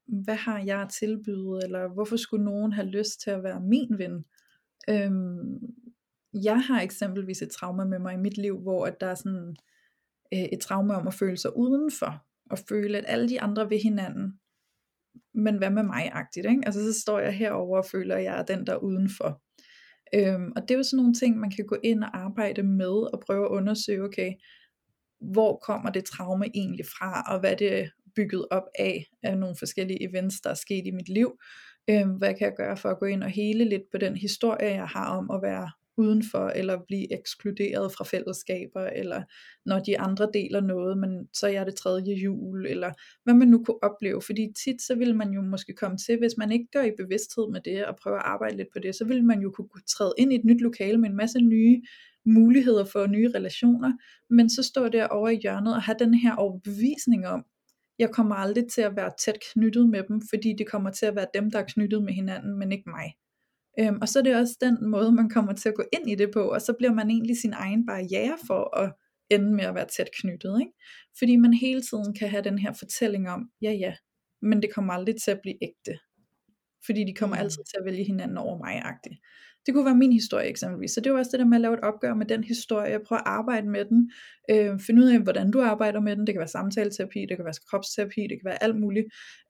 hvad har jeg at tilbyde, eller hvorfor skulle nogen have lyst til at være min ven? Øhm, jeg har eksempelvis et traume med mig i mit liv, hvor at der er sådan et traume om at føle sig udenfor, og føle at alle de andre vil hinanden, men hvad med mig-agtigt, ikke? Altså så står jeg herover og føler, at jeg er den der udenfor. Og det er jo sådan nogle ting, man kan gå ind og arbejde med, og prøve at undersøge, okay, hvor kommer det traume egentlig fra, og hvad det er bygget op af nogle forskellige events, der er sket i mit liv. Hvad kan jeg gøre for at gå ind og hele lidt på den historie, jeg har om at være udenfor, eller blive ekskluderet fra fællesskaber, eller når de andre deler noget, men så er jeg det tredje hjul, eller hvad man nu kunne opleve, fordi tit så vil man jo måske komme til, hvis man ikke går i bevidsthed med det, og prøver at arbejde lidt på det, så vil man jo kunne træde ind i et nyt lokale med en masse nye muligheder for nye relationer, men så står der over i hjørnet og have den her overbevisning om, jeg kommer aldrig til at være tæt knyttet med dem, fordi det kommer til at være dem, der er knyttet med hinanden, men ikke mig. Og så er det også den måde, man kommer til at gå ind i det på, og så bliver man egentlig sin egen barriere for at ende med at være tæt knyttet, ikke? Fordi man hele tiden kan have den her fortælling om, ja, men det kommer aldrig til at blive ægte, fordi de kommer altid til at vælge hinanden over mig-agtigt. Det kunne være min historie eksempelvis, så det er også det der med at lave et opgør med den historie, prøve at arbejde med den, finde ud af hvordan du arbejder med den, det kan være samtaleterapi, det kan være kropsterapi, det kan være alt muligt,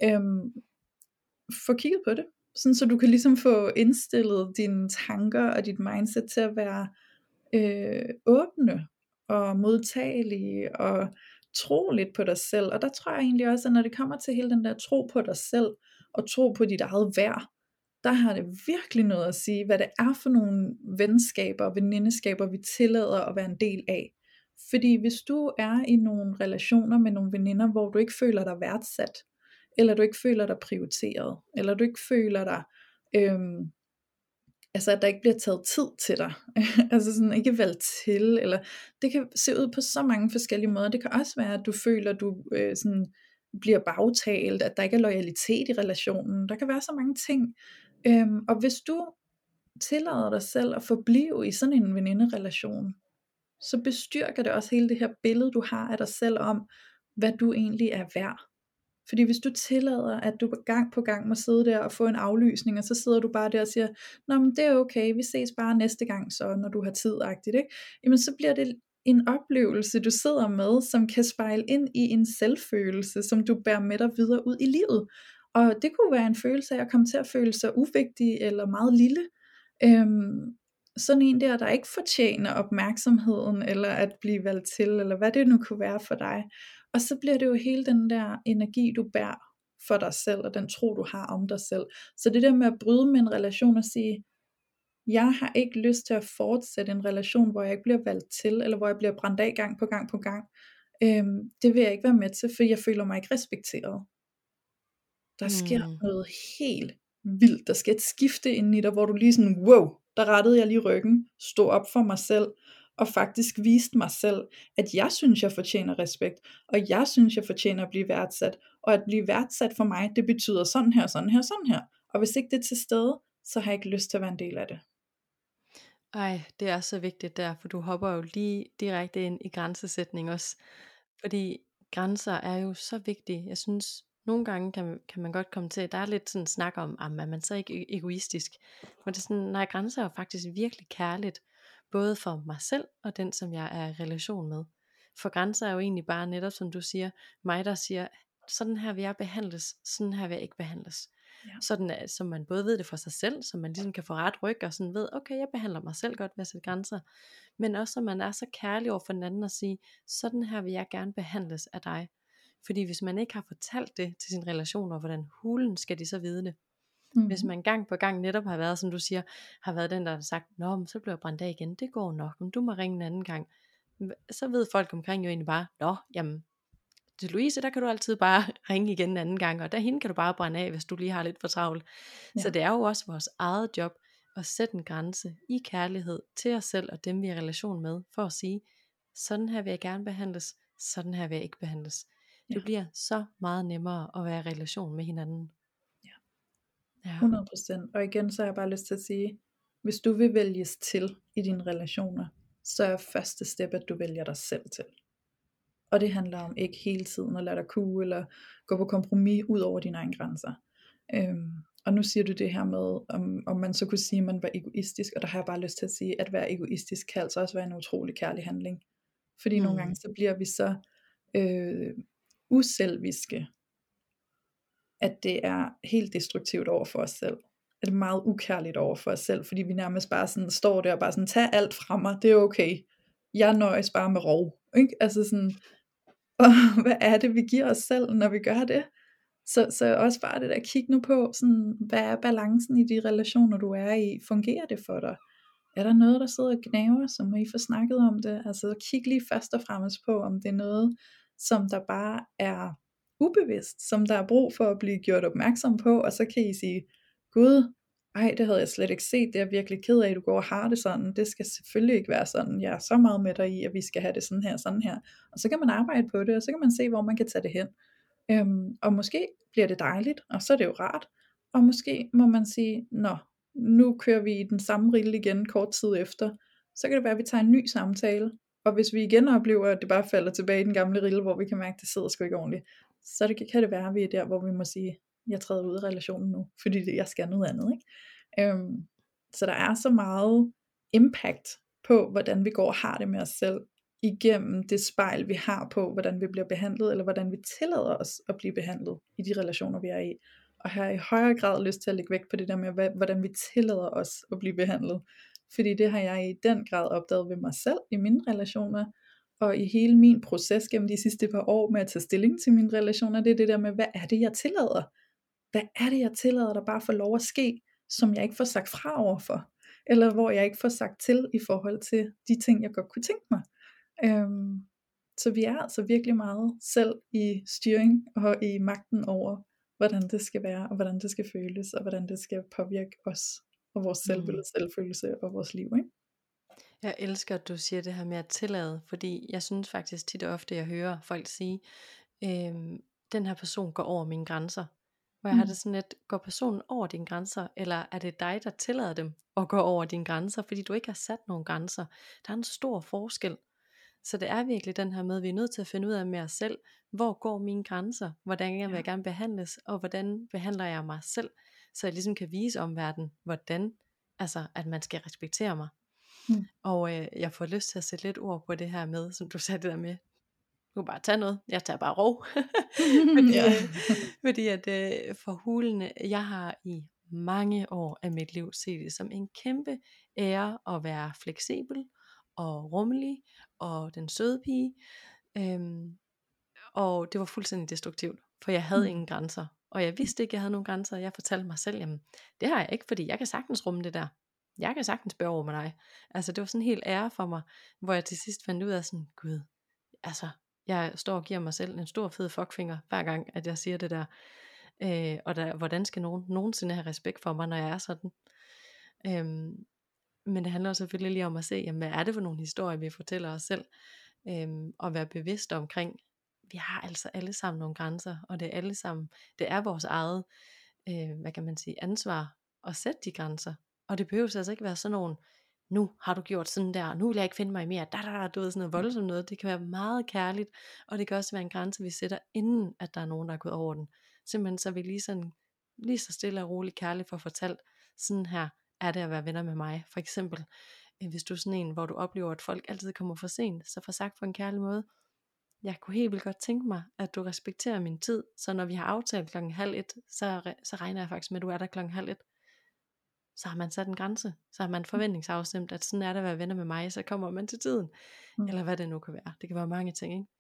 få kigget på det, sådan så du kan ligesom få indstillet dine tanker og dit mindset til at være åbne og modtagelige og tro lidt på dig selv. Og der tror jeg egentlig også, at når det kommer til hele den der tro på dig selv og tro på dit eget værd, der har det virkelig noget at sige, hvad det er for nogle venskaber og venindeskaber, vi tillader at være en del af. Fordi hvis du er i nogle relationer med nogle veninder, hvor du ikke føler dig værdsat, eller du ikke føler dig prioriteret, eller du ikke føler dig altså at der ikke bliver taget tid til dig, altså sådan ikke valgt til, eller det kan se ud på så mange forskellige måder. Det kan også være, at du føler, at du sådan bliver bagtalt, at der ikke er loyalitet i relationen. Der kan være så mange ting. Og hvis du tillader dig selv at forblive i sådan en veninderelation, så bestyrker det også hele det her billede, du har af dig selv om, hvad du egentlig er værd. Fordi hvis du tillader, at du gang på gang må sidde der og få en aflysning, og så sidder du bare der og siger, nå, men det er okay, vi ses bare næste gang så, når du har tid-agtigt, ikke? Jamen så bliver det en oplevelse, du sidder med, som kan spejle ind i en selvfølelse, som du bærer med dig videre ud i livet. Og det kunne være en følelse af at komme til at føle sig uvigtig eller meget lille. Sådan en der ikke fortjener opmærksomheden, eller at blive valgt til, eller hvad det nu kunne være for dig. Og så bliver det jo hele den der energi, du bærer for dig selv, og den tro, du har om dig selv. Så det der med at bryde med en relation og sige, jeg har ikke lyst til at fortsætte en relation, hvor jeg ikke bliver valgt til, eller hvor jeg bliver brændt af gang på gang på gang. Det vil jeg ikke være med til, for jeg føler mig ikke respekteret. Der sker noget helt vildt. Der sker et skifte inden i dig, hvor du lige sådan, wow, der rettede jeg lige ryggen, stod op for mig selv, og faktisk viste mig selv, at jeg synes, jeg fortjener respekt, og jeg synes, jeg fortjener at blive værdsat, og at blive værdsat for mig, det betyder sådan her, sådan her, sådan her. Og hvis ikke det er til stede, så har jeg ikke lyst til at være en del af det. Ej, det er så vigtigt der, for du hopper jo lige direkte ind i grænsesætning også. Fordi grænser er jo så vigtige. Jeg synes, nogle gange kan man godt komme til, der er lidt sådan snak om, at man så ikke egoistisk. Men det er sådan, nej, grænser er jo faktisk virkelig kærligt. Både for mig selv og den, som jeg er i relation med. For grænser er jo egentlig bare netop, som du siger, mig der siger, sådan her vil jeg behandles, sådan her vil jeg ikke behandles. Ja. Sådan så man både ved det for sig selv, så man ligesom kan få ret ryg, og sådan ved, okay, jeg behandler mig selv godt ved at sætte grænser, men også at man er så kærlig over for den anden og sige, sådan her vil jeg gerne behandles af dig. Fordi hvis man ikke har fortalt det til sin relation, og hvordan hulen skal de så vide det? Hvis man gang på gang netop har været, som du siger, har været den der har sagt, nå, men så bliver jeg brændt af igen, det går nok, men du må ringe en anden gang. Så ved folk omkring jo egentlig bare, nå, jamen, til Louise, der kan du altid bare ringe igen en anden gang, og der hende kan du bare brænde af, hvis du lige har lidt for travlt. Ja. Så det er jo også vores eget job, at sætte en grænse i kærlighed til os selv, og dem vi er i relation med, for at sige, sådan her vil jeg gerne behandles, sådan her vil jeg ikke behandles. Det bliver så meget nemmere at være i relation med hinanden. Ja. 100%. Og igen, så har jeg bare lyst til at sige, hvis du vil vælges til i dine relationer, så er første step, at du vælger dig selv til. og det handler om ikke hele tiden at lade dig kue, eller gå på kompromis ud over dine egne grænser. Og nu siger du det her med, om man så kunne sige, at man var egoistisk, og der har jeg bare lyst til at sige, at være egoistisk kan altså også være en utrolig kærlig handling. Fordi nogle gange så bliver vi så uselviske, at det er helt destruktivt over for os selv. At det er meget ukærligt over for os selv, fordi vi nærmest bare sådan står der og bare sådan, tag alt fra mig, det er okay. Jeg nøjes bare med rov. Ikke? Altså sådan, og hvad er det vi giver os selv, når vi gør det? Så også bare det der, kig nu på, sådan, hvad er balancen i de relationer du er i? Fungerer det for dig? Er der noget der sidder og gnaver, så må I få snakket om det? Altså kig lige først og fremmest på, om det er noget, som der bare er ubevidst, som der er brug for at blive gjort opmærksom på, og så kan I sige, Gud, ej, det havde jeg slet ikke set, det er jeg virkelig ked af, at du går og har det sådan, det skal selvfølgelig ikke være sådan, jeg er så meget med dig i, at vi skal have det sådan her, og så kan man arbejde på det, og så kan man se, hvor man kan tage det hen, og måske bliver det dejligt, og så er det jo rart, og måske må man sige, nå, nu kører vi i den samme rille igen kort tid efter, så kan det være, at vi tager en ny samtale, og hvis vi igen oplever, at det bare falder tilbage i den gamle rille, hvor vi kan mærke, at det sidder sgu ikke ordentligt, så kan det være, at vi er der, hvor vi må sige, jeg træder ud af relationen nu, fordi jeg skal noget andet, ikke? Så der er så meget impact på, hvordan vi går og har det med os selv, igennem det spejl, vi har på, hvordan vi bliver behandlet, eller hvordan vi tillader os at blive behandlet i de relationer, vi er i. Og har i højere grad lyst til at lægge vægt på det der med, hvordan vi tillader os at blive behandlet. Fordi det har jeg i den grad opdaget ved mig selv, i mine relationer, og i hele min proces gennem de sidste par år med at tage stilling til mine relationer, det er det der med, hvad er det jeg tillader? Hvad er det jeg tillader, der bare får lov at ske, som jeg ikke får sagt fra overfor? Eller hvor jeg ikke får sagt til i forhold til de ting, jeg godt kunne tænke mig. Så vi er altså virkelig meget selv i styring og i magten over, hvordan det skal være, og hvordan det skal føles, og hvordan det skal påvirke os, og vores selvbillede, selvfølelse og vores liv, ikke? Jeg elsker, at du siger det her med at tillade, fordi jeg synes faktisk tit og ofte, jeg hører folk sige, den her person går over mine grænser. Hvor jeg har det sådan lidt, går personen over dine grænser, eller er det dig, der tillader dem at gå over dine grænser, fordi du ikke har sat nogle grænser? Der er en stor forskel. Så det er virkelig den her med, at vi er nødt til at finde ud af med os selv, hvor går mine grænser, hvordan vil jeg gerne behandles, og hvordan behandler jeg mig selv, så jeg ligesom kan vise omverdenen, hvordan, altså at man skal respektere mig. Og jeg får lyst til at sætte lidt ord på det her med, som du sagde det der med, du kan bare tage noget, jeg tager bare rov. fordi at for hulene, jeg har i mange år af mit liv set det som en kæmpe ære at være fleksibel og rummelig og den søde pige, og det var fuldstændig destruktivt, for jeg havde ingen grænser, og jeg vidste ikke jeg havde nogen grænser. Jeg fortalte mig selv, jamen det har jeg ikke, fordi jeg kan sagtens rumme det der, jeg kan sagtens bære over med dig. Altså det var sådan en helt ære for mig, hvor jeg til sidst fandt ud af sådan, gud, altså jeg står og giver mig selv en stor fed fuckfinger hver gang at jeg siger det der, og hvordan skal nogen nogensinde have respekt for mig, når jeg er sådan. Men det handler selvfølgelig lige om at se, jamen, hvad er det for nogle historier vi fortæller os selv, og være bevidst omkring, vi har altså alle sammen nogle grænser, og det er alle sammen, det er vores eget, hvad kan man sige, ansvar at sætte de grænser. Og det behøver altså ikke være sådan nogle, nu har du gjort sådan der, nu vil jeg ikke finde mig mere, du ved, sådan noget voldsomt noget. Det kan være meget kærligt, og det kan også være en grænse vi sætter, inden at der er nogen der er gået over den. Simpelthen så vi lige så stille og roligt kærligt får fortalt, sådan her er det at være venner med mig. For eksempel, hvis du er sådan en, hvor du oplever at folk altid kommer for sent, så får sagt på en kærlig måde, jeg kunne helt vildt godt tænke mig, at du respekterer min tid, så når vi har aftalt 12:30, så regner jeg faktisk med, at du er der 12:30. Så har man sat en grænse, så har man forventningsafstemt, at sådan er det at være venner med mig, så kommer man til tiden, eller hvad det nu kan være. Det kan være mange ting, ikke?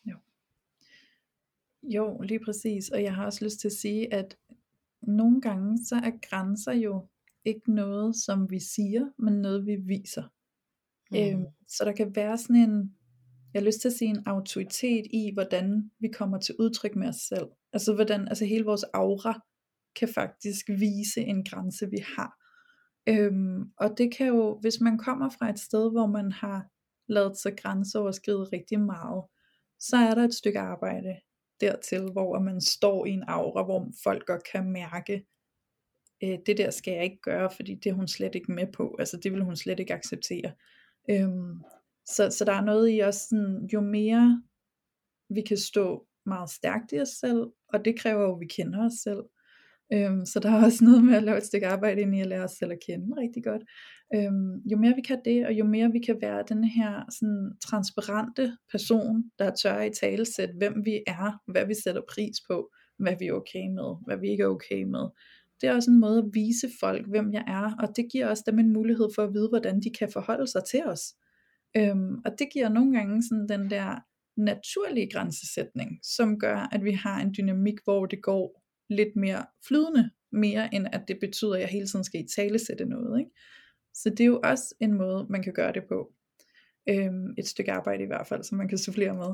Jo, lige præcis, og jeg har også lyst til at sige, at nogle gange, så er grænser jo ikke noget, som vi siger, men noget vi viser. Så der kan være sådan en, jeg har lyst til at sige en autoritet i, hvordan vi kommer til udtryk med os selv. Altså hvordan, altså hele vores aura kan faktisk vise en grænse vi har. Og det kan jo, hvis man kommer fra et sted, hvor man har lavet sig grænseoverskride rigtig meget, så er der et stykke arbejde dertil, hvor man står i en aura, hvor folk godt kan mærke, det der skal jeg ikke gøre, fordi det er hun slet ikke med på, altså det vil hun slet ikke acceptere. Så der er noget i også sådan, jo mere vi kan stå meget stærkt i os selv, og det kræver jo, at vi kender os selv. Så der er også noget med at lave et stykke arbejde ind i at lære os selv at kende rigtig godt. Jo mere vi kan det, og jo mere vi kan være den her sådan transparente person, der tør i talesæt, hvem vi er, hvad vi sætter pris på, hvad vi er okay med, hvad vi ikke er okay med. Det er også en måde at vise folk, hvem jeg er, og det giver også dem en mulighed for at vide, hvordan de kan forholde sig til os. Og det giver nogle gange sådan den der naturlige grænsesætning, som gør, at vi har en dynamik, hvor det går lidt mere flydende, mere end at det betyder, at jeg hele tiden skal italesætte noget, ikke? Så det er jo også en måde, man kan gøre det på. Et stykke arbejde i hvert fald, som man kan supplere med.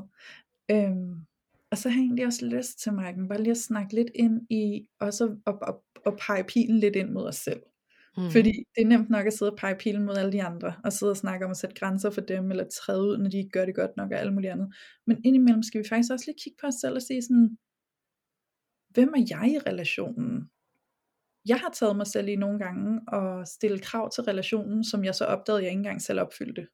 Og så har jeg egentlig også lyst til, Maiken, bare lige at snakke lidt ind i, også at pege pilen lidt ind mod os selv. Fordi det er nemt nok at sidde og pege pilen mod alle de andre, og sidde og snakke om at sætte grænser for dem, eller træde ud, når de ikke gør det godt nok, og alt muligt andet. Men indimellem skal vi faktisk også lige kigge på os selv og sige sådan, hvem er jeg i relationen? Jeg har taget mig selv i nogle gange og stille krav til relationen, som jeg så opdagede, jeg ikke engang selv opfyldte.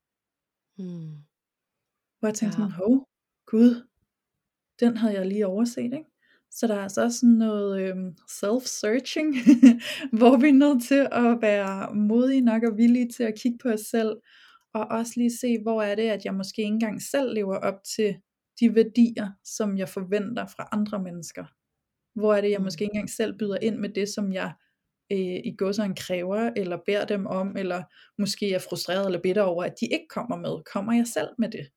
Hvor jeg tænkte sådan, Gud, den havde jeg lige overset, ikke? Så der er altså også noget self-searching, hvor vi er nødt til at være modige nok og villige til at kigge på os selv, og også lige se, hvor er det, at jeg måske ikke engang selv lever op til de værdier, som jeg forventer fra andre mennesker. Hvor er det, jeg måske ikke engang selv byder ind med det, som jeg i gåseøjne kræver, eller beder dem om, eller måske er frustreret eller bitter over, at de ikke kommer med. Kommer jeg selv med det?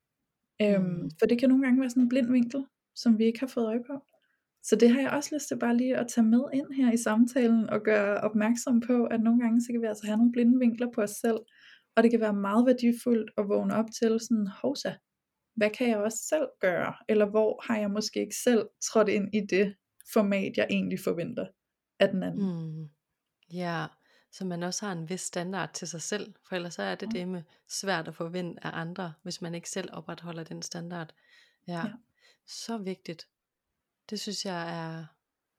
For det kan nogle gange være sådan en blind vinkel, som vi ikke har fået øje på. Så det har jeg også lyst til bare lige at tage med ind her i samtalen, og gøre opmærksom på, at nogle gange så kan vi altså have nogle blinde vinkler på os selv, og det kan være meget værdifuldt at vågne op til sådan, hovsa, hvad kan jeg også selv gøre, eller hvor har jeg måske ikke selv trådt ind i det format, jeg egentlig forventer af den anden. Ja, så man også har en vis standard til sig selv, for ellers så er det med svært at forvente af andre, hvis man ikke selv opretholder den standard. Ja, så vigtigt. Det synes jeg er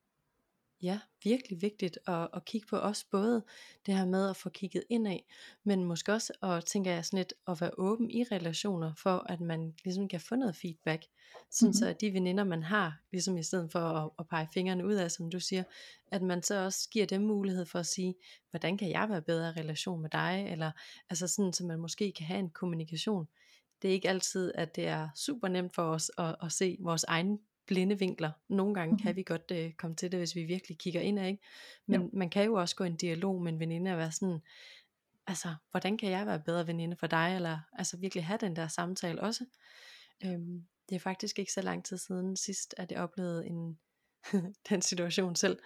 virkelig vigtigt at kigge på, også både det her med at få kigget indad, men måske også, og tænker jeg sådan lidt, at være åben i relationer, for at man ligesom kan få noget feedback, sådan så at de veninder man har, ligesom i stedet for at pege fingrene ud af, som du siger, at man så også giver dem mulighed for at sige, hvordan kan jeg være bedre i relation med dig, eller altså sådan, så man måske kan have en kommunikation. Det er ikke altid, at det er super nemt for os at se vores egen blinde vinkler. Nogle gange kan vi godt komme til det, hvis vi virkelig kigger indad, ikke? Men man kan jo også gå i en dialog med en veninde og være sådan, altså, hvordan kan jeg være bedre veninde for dig? Eller altså virkelig have den der samtale også. Det er faktisk ikke så lang tid siden sidst, at jeg oplevede den situation selv,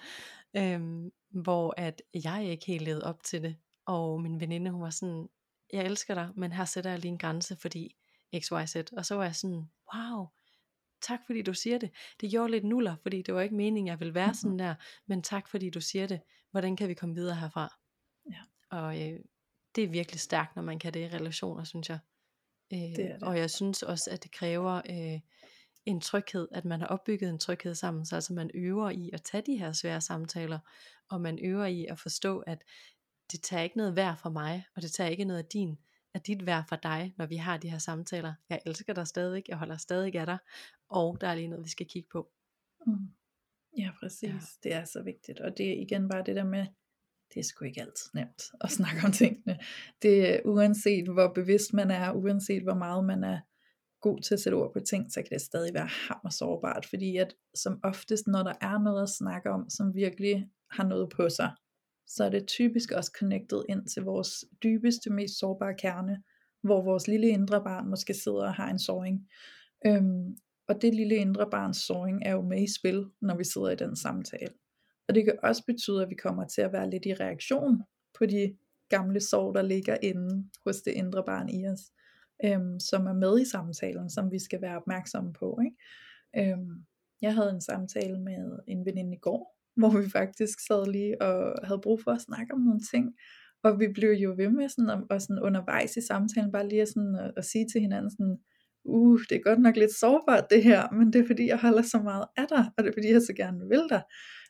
hvor at jeg ikke helt levede op til det, og min veninde, hun var sådan, jeg elsker dig, men her sætter jeg lige en grænse, fordi XYZ, og så var jeg sådan, wow, tak fordi du siger det. Det gjorde lidt nuller, fordi det var ikke meningen, jeg ville være sådan der, men tak fordi du siger det. Hvordan kan vi komme videre herfra? Og det er virkelig stærkt, når man kan det i relationer, synes jeg. Det. Og jeg synes også, at det kræver en tryghed, at man har opbygget en tryghed sammen, så altså man øver i at tage de her svære samtaler, og man øver i at forstå, at det tager ikke noget værd fra mig, og det tager ikke noget af dit værd fra dig, når vi har de her samtaler. Jeg elsker dig stadig, jeg holder stadig af dig, og der er lige noget, vi skal kigge på. Ja, præcis. Det er så vigtigt, og det er igen bare det der med, det er sgu ikke altid nemt at snakke om tingene. Det er uanset hvor bevidst man er, uanset hvor meget man er god til at sætte ord på ting, så kan det stadig være hammer sårbart, fordi at som oftest, når der er noget at snakke om, som virkelig har noget på sig, så er det typisk også connected ind til vores dybeste, mest sårbare kerne, hvor vores lille indre barn måske sidder og har en såring. Og det lille indre barns såring er jo med i spil, når vi sidder i den samtale. Og det kan også betyde, at vi kommer til at være lidt i reaktion på de gamle sår, der ligger inde hos det indre barn i os, som er med i samtalen, som vi skal være opmærksomme på, ikke? Jeg havde en samtale med en veninde i går, hvor vi faktisk sad lige og havde brug for at snakke om nogle ting, og vi blev jo ved med sådan, og sådan undervejs i samtalen, bare lige sådan at sige til hinanden sådan, det er godt nok lidt sårbart det her, men det er fordi jeg holder så meget af dig, og det er fordi jeg så gerne vil dig.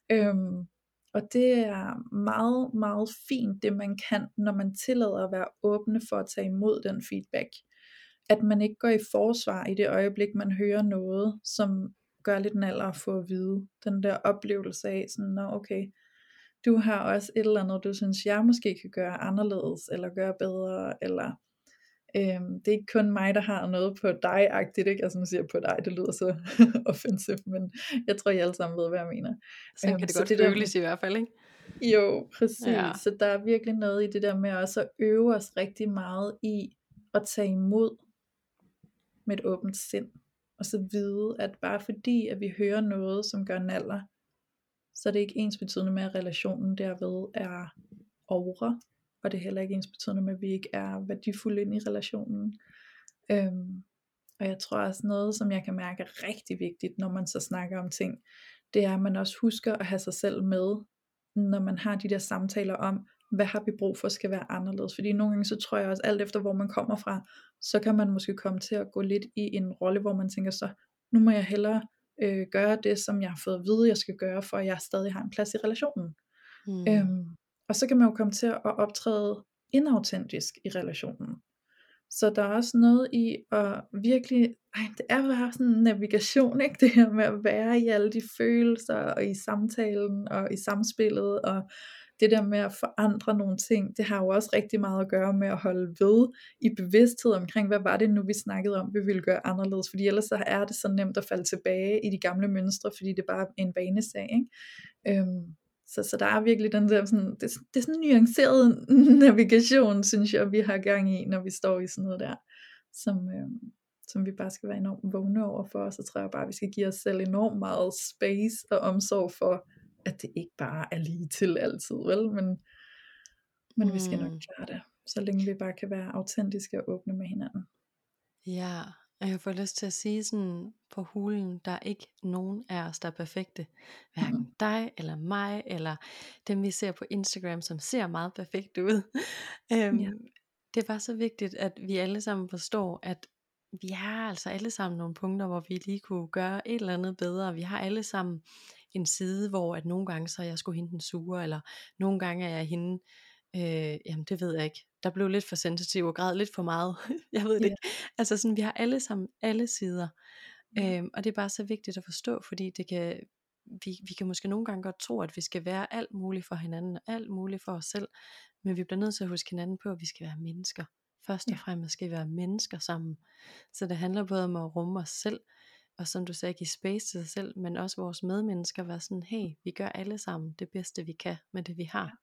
Og det er meget, meget fint det man kan, når man tillader at være åbne for at tage imod den feedback. at man ikke går i forsvar i det øjeblik, man hører noget, som gør lidt naller at få at vide. Den der oplevelse af sådan, nå okay, du har også et eller andet, du synes, jeg måske kan gøre anderledes, eller gøre bedre, eller det er ikke kun mig, der har noget på dig-agtigt, ikke? Altså nu siger jeg på dig, det lyder så offensivt, men jeg tror, I alle sammen ved, hvad jeg mener. Sådan kan det Så godt det der føles i hvert fald, ikke? jo, Ja. præcis. Så der er virkelig noget i det der med også at øve os rigtig meget i at tage imod med et åbent sind. Og så vide, at bare fordi, at vi hører noget, som gør naller, så er det ikke ensbetydende med, at relationen derved er over. Og det er heller ikke ensbetydende med, at vi ikke er værdifulde inde i relationen. Og jeg tror også noget, som jeg kan mærke er rigtig vigtigt, når man så snakker om ting, det er, at man også husker at have sig selv med, når man har de der samtaler om, hvad har vi brug for skal være anderledes. Fordi nogle gange så tror jeg også, alt efter hvor man kommer fra, så kan man måske komme til at gå lidt i en rolle, hvor man tænker så, nu må jeg hellere gøre det, som jeg har fået at vide, jeg skal gøre, for at jeg stadig har en plads i relationen. Og så kan man jo komme til at optræde inautentisk i relationen. Så der er også noget i at virkelig, det er bare sådan en navigation, ikke? Det her med at være i alle de følelser, og i samtalen, og i samspillet, og det der med at forandre nogle ting, det har jo også rigtig meget at gøre med at holde ved i bevidsthed omkring, hvad var det nu vi snakkede om, vi ville gøre anderledes, fordi ellers så er det så nemt at falde tilbage i de gamle mønstre, fordi det bare er en vanesag, ikke? Så der er virkelig den der sådan, det er sådan en nuanceret navigation, synes jeg, vi har gang i, når vi står i sådan noget der, som vi bare skal være enormt vågne over for, og så tror jeg bare, vi skal give os selv enormt meget space og omsorg for, at det ikke bare er lige til altid, vel, men vi skal nok klare det, så længe vi bare kan være autentiske og åbne med hinanden. Ja, og jeg får lyst til at sige sådan på hulen, der er ikke nogen af os, der er perfekte. Hverken dig, eller mig, eller dem vi ser på Instagram, som ser meget perfekte ud. Ja. Det er bare så vigtigt, at vi alle sammen forstår, at vi har altså alle sammen nogle punkter, hvor vi lige kunne gøre et eller andet bedre. Vi har alle sammen en side, hvor at nogle gange så er jeg sgu hende den sure, eller nogle gange er jeg hende, jamen det ved jeg ikke. Der blev lidt for sensitiv og græd lidt for meget. Jeg ved det ikke. Altså sådan, vi har alle sammen alle sider. Og det er bare så vigtigt at forstå, fordi det kan, vi kan måske nogle gange godt tro, at vi skal være alt muligt for hinanden, og alt muligt for os selv. Men vi bliver nødt til at huske hinanden på, at vi skal være mennesker. Først og fremmest skal vi være mennesker sammen. Så det handler både om at rumme os selv, og som du sagde, give space til sig selv, men også vores medmennesker, være sådan, hey, vi gør alle sammen det bedste vi kan med det vi har.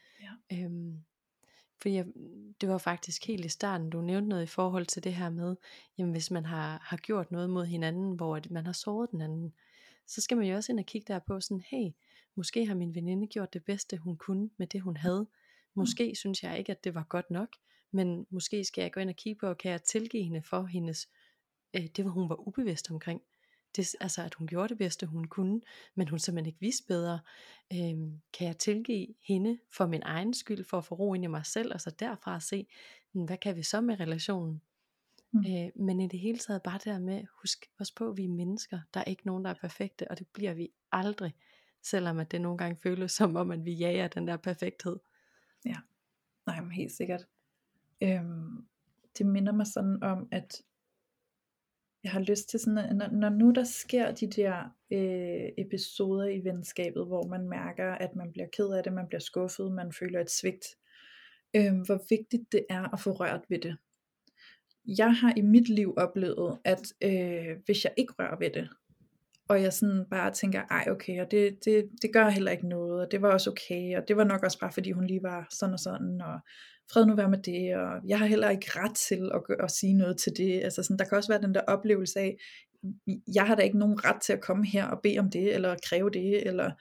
Fordi det var faktisk helt i starten, du nævnte noget i forhold til det her med, jamen hvis man har gjort noget mod hinanden, hvor man har såret den anden, så skal man jo også ind og kigge der på sådan, hey, måske har min veninde gjort det bedste hun kunne med det hun havde. Måske synes jeg ikke, at det var godt nok, men måske skal jeg gå ind og kigge på, kan jeg tilgive hende for hendes, det hun var ubevidst omkring. Det, altså at hun gjorde det bedste hun kunne, men hun simpelthen ikke vidste bedre. Kan jeg tilgive hende for min egen skyld, for at få ro ind i mig selv, og så derfra se, hvad kan vi så med relationen. Men i det hele taget bare der med, husk på, at vi er mennesker. Der er ikke nogen, der er perfekte, og det bliver vi aldrig, selvom at det nogle gange føles som om, at vi jager den der perfekthed. Ja, nej, men helt sikkert. Det minder mig sådan om, at jeg har lyst til sådan, når nu der sker de der episoder i venskabet, hvor man mærker, at man bliver ked af det, man bliver skuffet, man føler et svigt, hvor vigtigt det er at få rørt ved det. Jeg har i mit liv oplevet, at hvis jeg ikke rører ved det, og jeg sådan bare tænker, ej okay, og det gør heller ikke noget, og det var også okay, og det var nok også bare fordi hun lige var sådan og sådan, og fred nu være med det, og jeg har heller ikke ret til at sige noget til det, altså sådan, der kan også være den der oplevelse af, jeg har da ikke nogen ret til at komme her og bede om det, eller kræve det, eller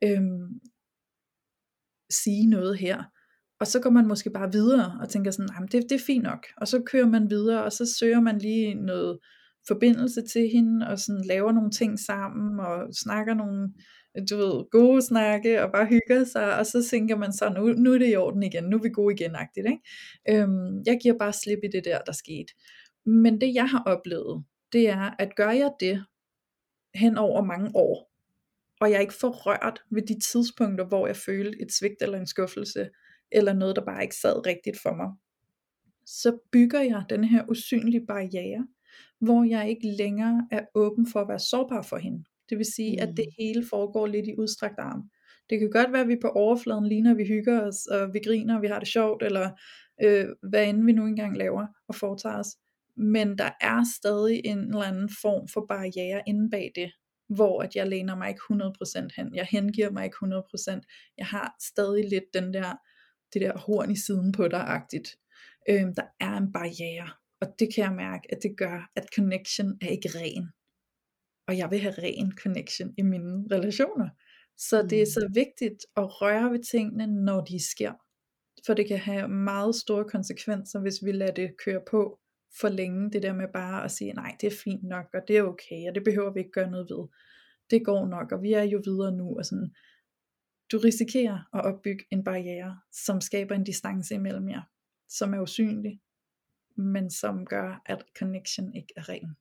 sige noget her, og så går man måske bare videre, og tænker sådan, nej, det er fint nok, og så kører man videre, og så søger man lige noget forbindelse til hende, og sådan laver nogle ting sammen, og snakker nogle, du ved, gode snakke, og bare hygger sig, og så tænker man så, nu er det i orden igen, nu er vi gode igen-agtigt, ikke? Jeg giver bare slip i det der skete. Men det jeg har oplevet, det er, at gør jeg det, hen over mange år, og jeg ikke får rørt ved de tidspunkter, hvor jeg følte et svigt, eller en skuffelse, eller noget, der bare ikke sad rigtigt for mig, så bygger jeg den her usynlige barriere, hvor jeg ikke længere er åben for at være sårbar for hende. Det vil sige, at det Mm. hele foregår lidt i udstrakt arm. Det kan godt være, at vi på overfladen ligner, at vi hygger os, og vi griner, og vi har det sjovt, eller hvad end vi nu engang laver og foretager os. Men der er stadig en eller anden form for barriere inde bag det, hvor at jeg læner mig ikke 100% hen. Jeg hengiver mig ikke 100%. Jeg har stadig lidt det der horn i siden på dig-agtigt. Der er en barriere, og det kan jeg mærke, at det gør, at connection er ikke ren. Og jeg vil have ren connection i mine relationer. Så det er Mm. så vigtigt at røre ved tingene, når de sker. For det kan have meget store konsekvenser, hvis vi lader det køre på for længe. Det der med bare at sige, nej, det er fint nok, og det er okay, og det behøver vi ikke gøre noget ved. Det går nok, og vi er jo videre nu. Og sådan. Du risikerer at opbygge en barriere, som skaber en distance imellem jer, som er usynlig, men som gør, at connection ikke er ren.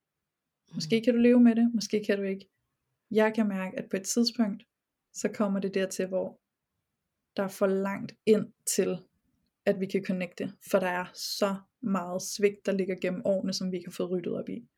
Måske kan du leve med det, måske kan du ikke. Jeg kan mærke, at på et tidspunkt, så kommer det dertil, hvor der er for langt ind til, at vi kan connecte, for der er så meget svigt, der ligger gennem årene, som vi ikke har fået ryddet op i.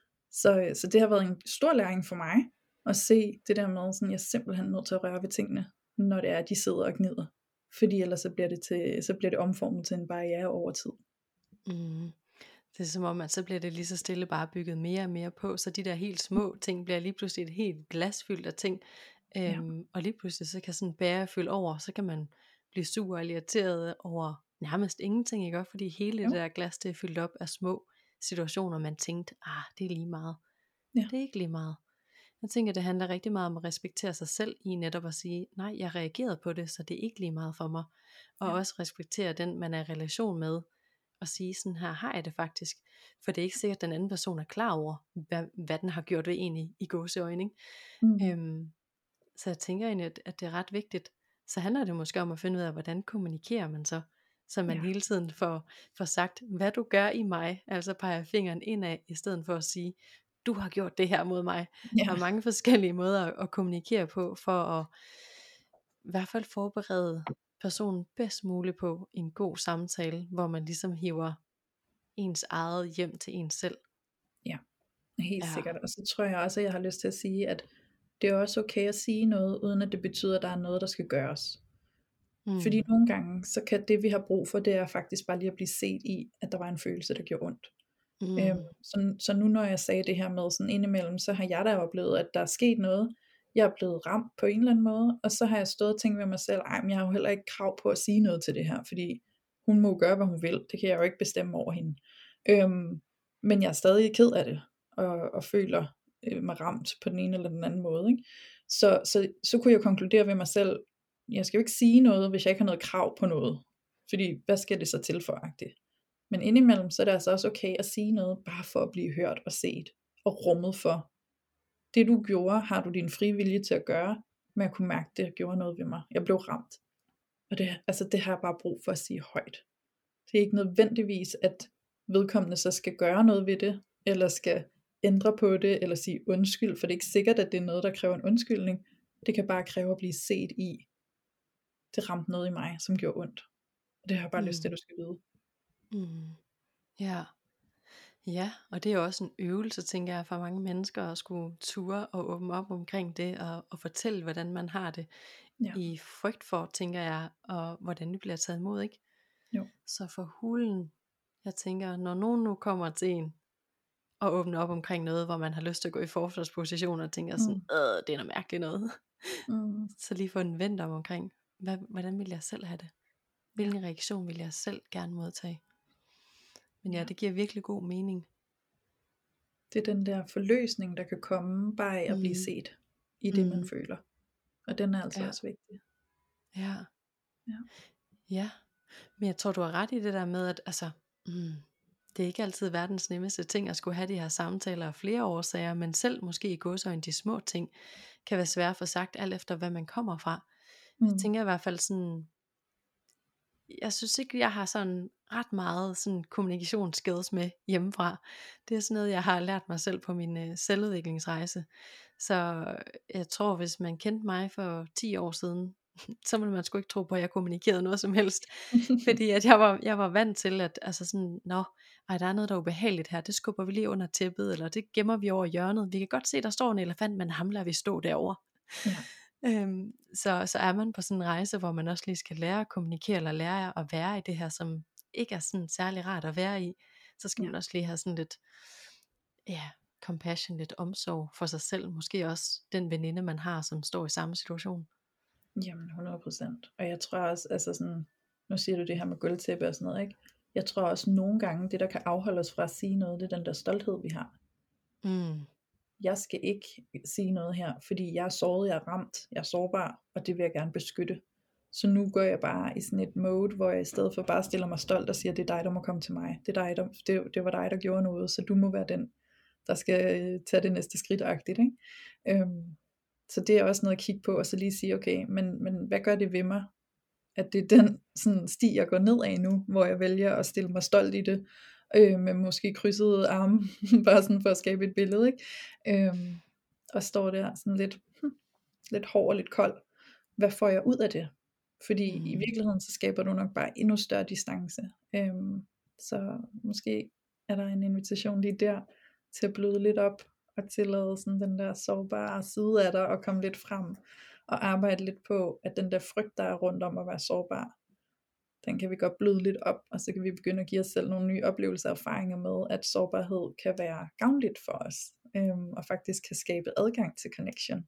Så det har været en stor læring for mig, at se det der med, sådan jeg er simpelthen nødt til at røre ved tingene, når det er, at de sidder og gnider. Fordi ellers så bliver det omformet til en barriere over tid. Mm. Det er som om, at så bliver det lige så stille bare bygget mere og mere på, så de der helt små ting bliver lige pludselig et helt glas fyldt af ting, Ja. og lige pludselig så kan sådan en bære fylde over, så kan man blive sur og irriteret over nærmest ingenting, ikke? Fordi hele det Jo. der glas, det er fyldt op af små situationer, man tænkte, det er lige meget. Ja. Det er ikke lige meget. Jeg tænker, det handler rigtig meget om at respektere sig selv i netop at sige, nej, jeg reagerede på det, så det er ikke lige meget for mig. Og Ja. også respektere den, man er i relation med, og sige, sådan her har jeg det faktisk. For det er ikke sikkert, at den anden person er klar over, hvad den har gjort ved en i gåseøjne. Ikke? Så jeg tænker egentlig, at det er ret vigtigt. Så handler det måske om at finde ud af, hvordan kommunikerer man så man Ja. hele tiden får sagt, hvad du gør i mig, altså peger fingeren indad, i stedet for at sige, du har gjort det her mod mig. Der er Ja. mange forskellige måder at kommunikere på, for at i hvert fald forberede personen bedst muligt på en god samtale, hvor man ligesom hiver ens eget hjem til ens selv. Ja. Helt Ja. sikkert. Og så tror jeg også, at jeg har lyst til at sige, at det er også okay at sige noget, uden at det betyder, at der er noget, der skal gøres. Fordi nogle gange, så kan det vi har brug for, det er faktisk bare lige at blive set i, at der var en følelse, der gjorde ondt. Så nu når jeg sagde det her med sådan indimellem, så har jeg da oplevet, at der er sket noget. Jeg er blevet ramt på en eller anden måde, og så har jeg stået og tænkt ved mig selv, men jeg har jo heller ikke krav på at sige noget til det her, fordi hun må gøre, hvad hun vil. Det kan jeg jo ikke bestemme over hende. Men jeg er stadig ked af det, og føler mig ramt på den ene eller den anden måde. Ikke? Så kunne jeg konkludere ved mig selv, jeg skal jo ikke sige noget, hvis jeg ikke har noget krav på noget. Fordi hvad skal det så til for? Men indimellem, så er det altså også okay at sige noget, bare for at blive hørt og set, og rummet for. Det du gjorde, har du din frie vilje til at gøre, men jeg kunne mærke, det gjorde noget ved mig. Jeg blev ramt. Og det har jeg bare brug for at sige højt. Det er ikke nødvendigvis, at vedkommende så skal gøre noget ved det, eller skal ændre på det, eller sige undskyld, for det er ikke sikkert, at det er noget, der kræver en undskyldning. Det kan bare kræve at blive set i. Det ramte noget i mig, som gjorde ondt. Og det har jeg bare lyst til, at du skal vide. Ja. Ja, og det er også en øvelse, tænker jeg, for mange mennesker at skulle ture og åbne op omkring det, og fortælle, hvordan man har det, i frygt for, tænker jeg, og hvordan det bliver taget imod, ikke? Jo. Så for hulen, jeg tænker, når nogen nu kommer til en, og åbner op omkring noget, hvor man har lyst til at gå i forsvarsposition, og tænker sådan, det er noget mærkeligt noget, så lige få en vendt omkring, hvordan vil jeg selv have det? Hvilken reaktion vil jeg selv gerne modtage? Men ja, det giver virkelig god mening. Det er den der forløsning, der kan komme bare af at blive set i det, man føler. Og den er altså også vigtig. Ja. Ja. Men jeg tror, du har ret i det der med, at altså, det er ikke altid verdens nemmeste ting at skulle have de her samtaler af flere årsager, men selv måske i gåseøjne de små ting, kan være svære at få sagt alt efter, hvad man kommer fra. Jeg tænker i hvert fald sådan, jeg synes ikke, jeg har sådan ret meget sådan kommunikationsskills med hjemmefra. Det er sådan noget, jeg har lært mig selv på min selvudviklingsrejse. Så jeg tror, hvis man kendte mig for 10 år siden, så ville man sgu ikke tro på, at jeg kommunikerede noget som helst. Fordi at jeg var vant til, at altså sådan, der er noget, der er ubehageligt her, det skubber vi lige under tæppet, eller det gemmer vi over hjørnet. Vi kan godt se, der står en elefant, men ham lader vi stå derovre. Ja, Så er man på sådan en rejse, hvor man også lige skal lære at kommunikere, eller lære at være i det her, som ikke er sådan særlig rart at være i, så skal ja. man også lige have sådan lidt, ja, compassion, lidt omsorg for sig selv, måske også den veninde, man har, som står i samme situation. Jamen 100%. Og jeg tror også, altså sådan, nu siger du det her med gulvtæppe og sådan noget, ikke? Jeg tror også nogle gange, det der kan afholde os fra at sige noget, det er den der stolthed, vi har. Mm. Jeg skal ikke sige noget her, fordi jeg er såret, jeg er ramt, jeg er sårbar, og det vil jeg gerne beskytte. Så nu går jeg bare i sådan et mode, hvor jeg i stedet for bare stiller mig stolt og siger, det er dig, der må komme til mig. Det var dig, der gjorde noget, så du må være den, der skal tage det næste skridt-agtigt, ikke? Så det er også noget at kigge på, og så lige sige, okay, men hvad gør det ved mig, at det er den sådan, sti, jeg går ned af nu, hvor jeg vælger at stille mig stolt i det, med måske krydsede arme, bare sådan for at skabe et billede, ikke? Og står der sådan lidt hård og lidt kold. Hvad får jeg ud af det? Fordi i virkeligheden, så skaber du nok bare endnu større distance. Så måske er der en invitation lige der, til at bløde lidt op, og tillade sådan den der sårbare side af dig, at komme lidt frem, og arbejde lidt på, at den der frygt, der er rundt om at være sårbar, den kan vi godt bløde lidt op, og så kan vi begynde at give os selv nogle nye oplevelser og erfaringer med, at sårbarhed kan være gavnligt for os, og faktisk kan skabe adgang til connection,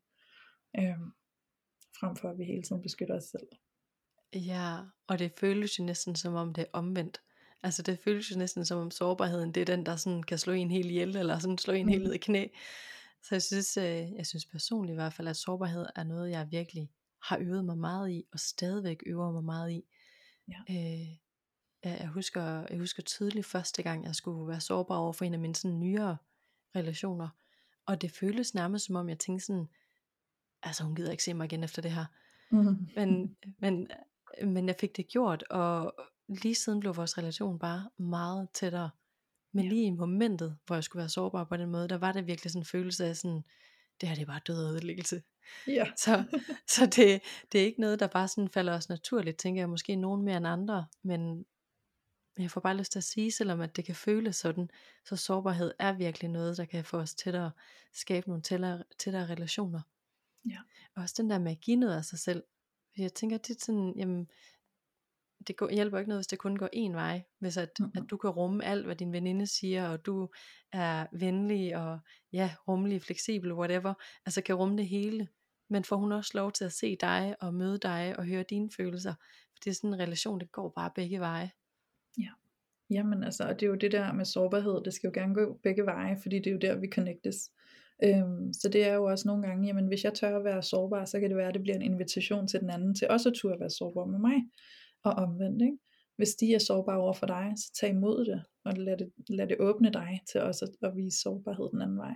frem for at vi hele tiden beskytter os selv. Ja, og det føles jo næsten som om det er omvendt. Altså det føles jo næsten som om sårbarheden, det er den, der sådan kan slå en helt ihjel, eller sådan slå en helt ned i knæ. Så jeg synes personligt i hvert fald, at sårbarhed er noget, jeg virkelig har øvet mig meget i, og stadigvæk øver mig meget i. Ja. Jeg husker tydeligt første gang, jeg skulle være sårbar over for en af mine sådan nyere relationer. Og det føles nærmest som om, jeg tænkte sådan, altså hun gider ikke se mig igen efter det her. Mm. Men, men, men jeg fik det gjort, og lige siden blev vores relation bare meget tættere. Men Ja. lige i momentet, hvor jeg skulle være sårbar på den måde, der var det virkelig sådan en følelse af sådan, det her det er bare død og ødelæggelse. Ja. Så det er ikke noget, der bare sådan falder os naturligt, tænker jeg, måske nogen mere end andre, men jeg får bare lyst til at sige, selvom at det kan føles sådan, så sårbarhed er virkelig noget, der kan få os tættere, skabe nogle tættere relationer. Ja. Og også den der med at give noget af sig selv. Jeg tænker tit sådan, jamen, hjælper ikke noget, hvis det kun går en vej. Hvis at du kan rumme alt, hvad din veninde siger, og du er venlig, og ja, rummelig, fleksibel, whatever. Altså kan rumme det hele. Men får hun også lov til at se dig, og møde dig, og høre dine følelser. For det er sådan en relation, det går bare begge veje. Ja. Jamen altså, og det er jo det der med sårbarhed, det skal jo gerne gå begge veje, fordi det er jo der, vi connectes. Så det er jo også nogle gange, jamen hvis jeg tør at være sårbar, så kan det være, at det bliver en invitation til den anden, til også at turde at være sårbar med mig, og omvendt, ikke? Hvis de er sårbare over for dig, så tag imod det, og lad det åbne dig til også at vise sårbarhed den anden vej.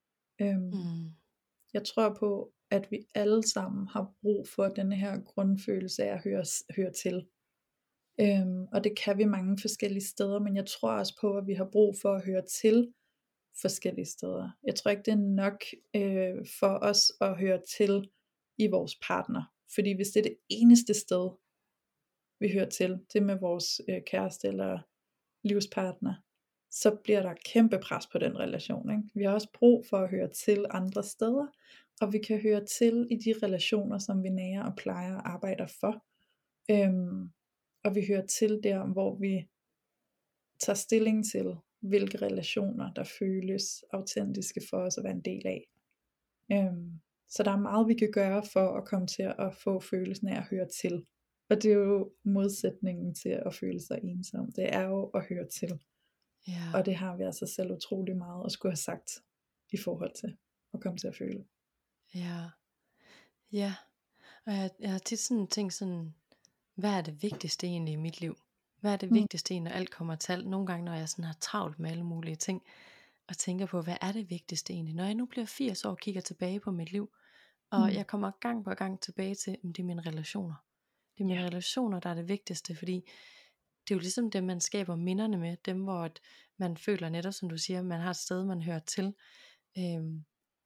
Jeg tror på, at vi alle sammen har brug for denne her grundfølelse af at høre til. Og det kan vi mange forskellige steder, men jeg tror også på, at vi har brug for at høre til forskellige steder. Jeg tror ikke, det er nok for os at høre til i vores partner. Fordi hvis det er det eneste sted, vi hører til, det med vores kæreste eller livspartner, så bliver der kæmpe pres på den relation, ikke? Vi har også brug for at høre til andre steder, og vi kan høre til i de relationer, som vi nærer og plejer og arbejder for. Og vi hører til der, hvor vi tager stilling til, hvilke relationer, der føles autentiske for os at være en del af. Så der er meget, vi kan gøre for at komme til at få følelsen af at høre til. Og det er jo modsætningen til at føle sig ensom. Det er jo at høre til. Ja. Og det har vi altså selv utrolig meget at skulle have sagt i forhold til at komme til at føle. Ja. Ja. Og jeg har tit sådan tænkt sådan, hvad er det vigtigste egentlig i mit liv? Hvad er det vigtigste egentlig, når alt kommer til alt? Nogle gange, når jeg sådan har travlt med alle mulige ting, og tænker på, hvad er det vigtigste egentlig? Når jeg nu bliver 80 år og kigger tilbage på mit liv, og jeg kommer gang på gang tilbage til, det er mine relationer. Det er mine relationer, der er det vigtigste, fordi det er jo ligesom dem, man skaber minderne med, dem hvor man føler netop, som du siger, man har et sted, man hører til.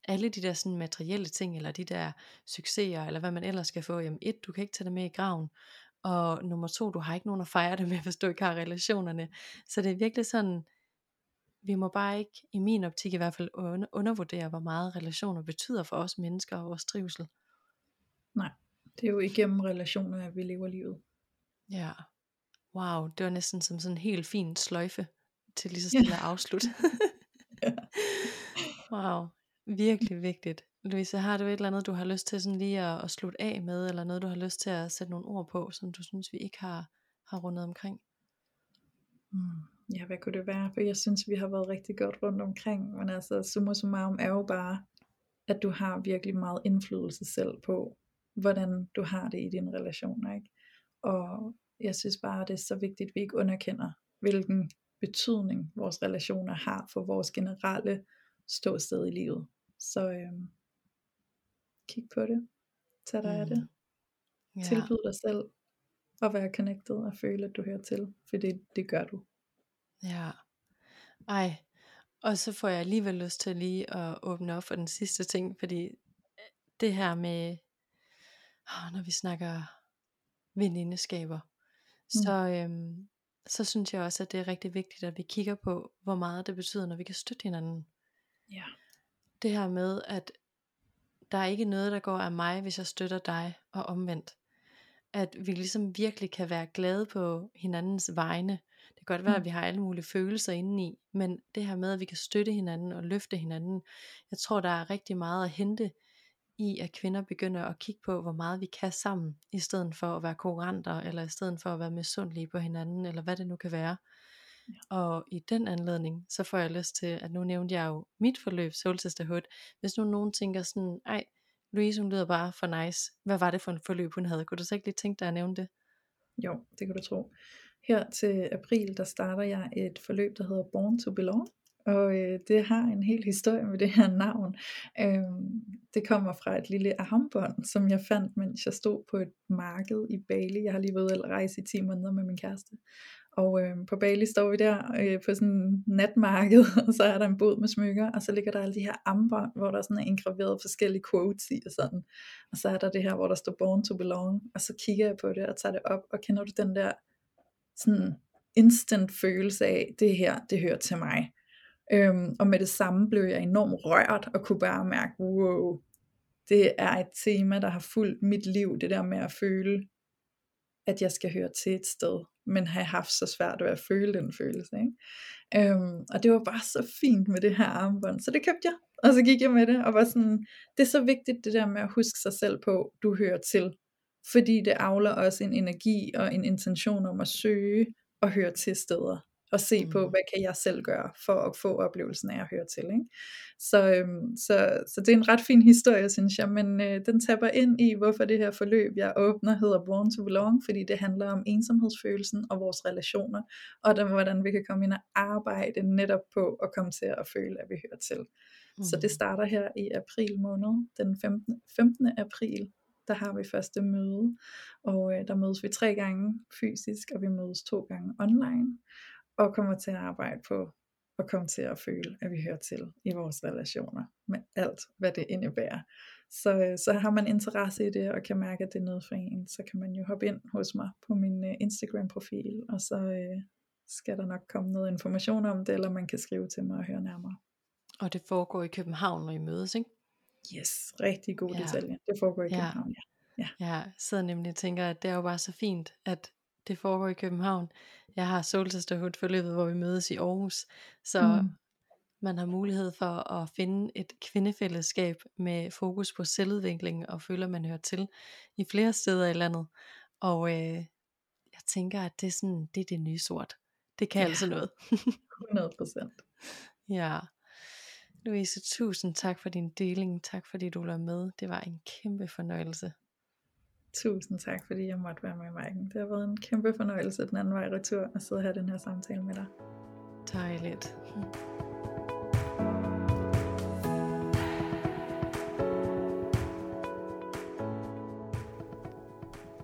alle de der sådan materielle ting, eller de der succeser, eller hvad man ellers skal få, jamen 1, du kan ikke tage det med i graven, og nummer 2, du har ikke nogen at fejre det med, hvis du ikke har relationerne. Så det er virkelig sådan, vi må bare ikke, i min optik i hvert fald, undervurdere, hvor meget relationer betyder for os mennesker og vores trivsel. Nej, det er jo igennem relationer, at vi lever livet. Ja, wow, det var næsten som sådan en helt fin sløjfe til lige så Ja. stille at afslutte. Ja. Wow, virkelig vigtigt. Louise, har du et eller andet, du har lyst til sådan lige at slutte af med, eller noget, du har lyst til at sætte nogle ord på, som du synes, vi ikke har rundet omkring? Ja, hvad kunne det være? For jeg synes, vi har været rigtig godt rundt omkring, men altså summa summarum er jo bare, at du har virkelig meget indflydelse selv på, hvordan du har det i dine relationer, ikke? Og jeg synes bare, det er så vigtigt, at vi ikke underkender, hvilken betydning vores relationer har for vores generelle ståsted i livet. Så kig på det. Tag dig af det. Ja, Tilbyd dig selv at være connected og føle, at du hører til. For det gør du. ja. Ej, og så får jeg alligevel lyst til lige at åbne op for den sidste ting, fordi det her med, når vi snakker venindeskaber, så synes jeg også, at det er rigtig vigtigt, at vi kigger på, hvor meget det betyder, når vi kan støtte hinanden. Ja. Det her med, at der er ikke noget, der går af mig, hvis jeg støtter dig, og omvendt. At vi ligesom virkelig kan være glade på hinandens vegne. Det kan godt være, at vi har alle mulige følelser indeni, men det her med, at vi kan støtte hinanden og løfte hinanden, jeg tror, der er rigtig meget at hente i, at kvinder begynder at kigge på, hvor meget vi kan sammen, i stedet for at være konkurrenter, eller i stedet for at være misundelige på hinanden, eller hvad det nu kan være. Og i den anledning, så får jeg lyst til, at nu nævnte jeg jo mit forløb, Soul Sisterhood. Hvis nu nogen tænker sådan, ej, Louise, hun lyder bare for nice. Hvad var det for en forløb, hun havde? Kunne du så ikke lige tænke dig at nævne det? Jo, det kan du tro. Her til april, der starter jeg et forløb, der hedder Born to Belong. Og det har en hel historie med det her navn. Det kommer fra et lille armbånd, som jeg fandt, mens jeg stod på et marked i Bali. Jeg har lige været ude at rejse i 10 måneder med min kæreste. Og på Bali står vi der på sådan en natmarked, og så er der en bod med smykker, og så ligger der alle de her armbånd, hvor der sådan er indgraveret forskellige quotes i og sådan. Og så er der det her, hvor der står Born to Belong, og så kigger jeg på det og tager det op, og kender du den der sådan instant følelse af, det her, det hører til mig. Og med det samme blev jeg enormt rørt, og kunne bare mærke, wow, det er et tema, der har fulgt mit liv, det der med at føle, at jeg skal høre til et sted, men have haft så svært ved at føle den følelse, ikke? Og det var bare så fint med det her armbånd, så det købte jeg, og så gik jeg med det, og var sådan, det er så vigtigt det der med at huske sig selv på, du hører til, fordi det avler også en energi og en intention om at søge og høre til steder, og se på, hvad kan jeg selv gøre, for at få oplevelsen af at høre til, ikke? Så det er en ret fin historie, synes jeg, men den tapper ind i, hvorfor det her forløb, jeg åbner, hedder Born to Belong, fordi det handler om ensomhedsfølelsen og vores relationer, og hvordan vi kan komme ind og arbejde netop på at komme til at føle, at vi hører til. Så det starter her i april måned, den 15. april, der har vi første møde, og der mødes vi 3 gange fysisk, og vi mødes 2 gange online, og kommer til at arbejde på at komme til at føle, at vi hører til i vores relationer, med alt, hvad det indebærer. Så har man interesse i det, og kan mærke, at det er noget for en, så kan man jo hoppe ind hos mig på min Instagram-profil, og så skal der nok komme noget information om det, eller man kan skrive til mig og høre nærmere. Og det foregår i København, når I mødes, ikke? Yes, rigtig god detalje. Det foregår i København, ja. Ja, så nemlig tænker, at det er jo bare så fint, at det foregår i København. Jeg har Soul Sisterhood forløbet, hvor vi mødes i Aarhus, så man har mulighed for at finde et kvindefællesskab med fokus på selvudvikling, og føler, man hører til i flere steder i landet. Og jeg tænker, at det er sådan, det er det nye sort. Det kan altså noget. 100%. Ja. Louise, tusind tak for din deling. Tak fordi du var med. Det var en kæmpe fornøjelse. Tusind tak fordi jeg måtte være med i Maiken. Det har været en kæmpe fornøjelse den anden vej retur at sidde og have den her samtale med dig. Dejligt.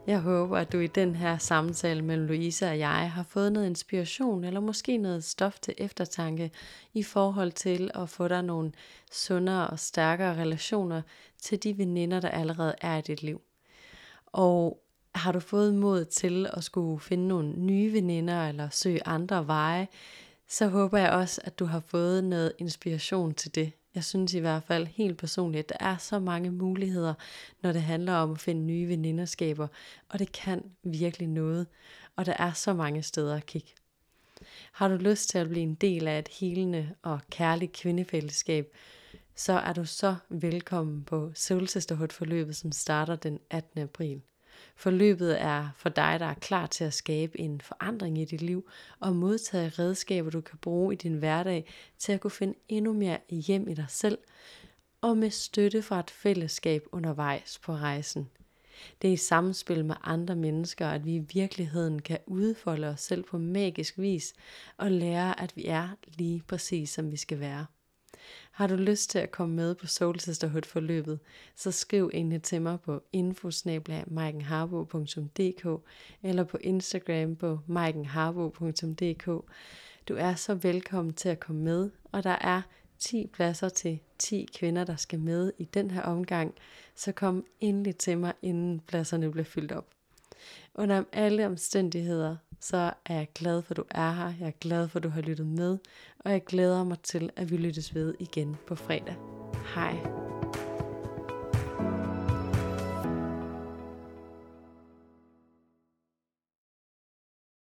Jeg håber, at du i den her samtale mellem Louise og jeg har fået noget inspiration, eller måske noget stof til eftertanke i forhold til at få dig nogle sundere og stærkere relationer til de veninder, der allerede er i dit liv. Og har du fået mod til at skulle finde nogle nye veninder eller søge andre veje, så håber jeg også, at du har fået noget inspiration til det. Jeg synes i hvert fald helt personligt, at der er så mange muligheder, når det handler om at finde nye veninderskaber, og det kan virkelig noget, og der er så mange steder at kigge. Har du lyst til at blive en del af et helende og kærligt kvindefællesskab, så er du så velkommen på Soul Sisterhood-forløbet, som starter den 18. april. Forløbet er for dig, der er klar til at skabe en forandring i dit liv og modtage redskaber, du kan bruge i din hverdag til at kunne finde endnu mere hjem i dig selv og med støtte fra et fællesskab undervejs på rejsen. Det er i samspil med andre mennesker, at vi i virkeligheden kan udfolde os selv på magisk vis og lære, at vi er lige præcis som vi skal være. Har du lyst til at komme med på Soul Sisterhood-forløbet, så skriv endelig til mig på info@maikenharbo.dk eller på Instagram på maikenharbo.dk. Du er så velkommen til at komme med, og der er 10 pladser til 10 kvinder, der skal med i den her omgang, så kom endelig til mig, inden pladserne bliver fyldt op. Under alle omstændigheder, så er jeg glad for, at du er her. Jeg er glad for, at du har lyttet med, og jeg glæder mig til, at vi lyttes ved igen på fredag. Hej.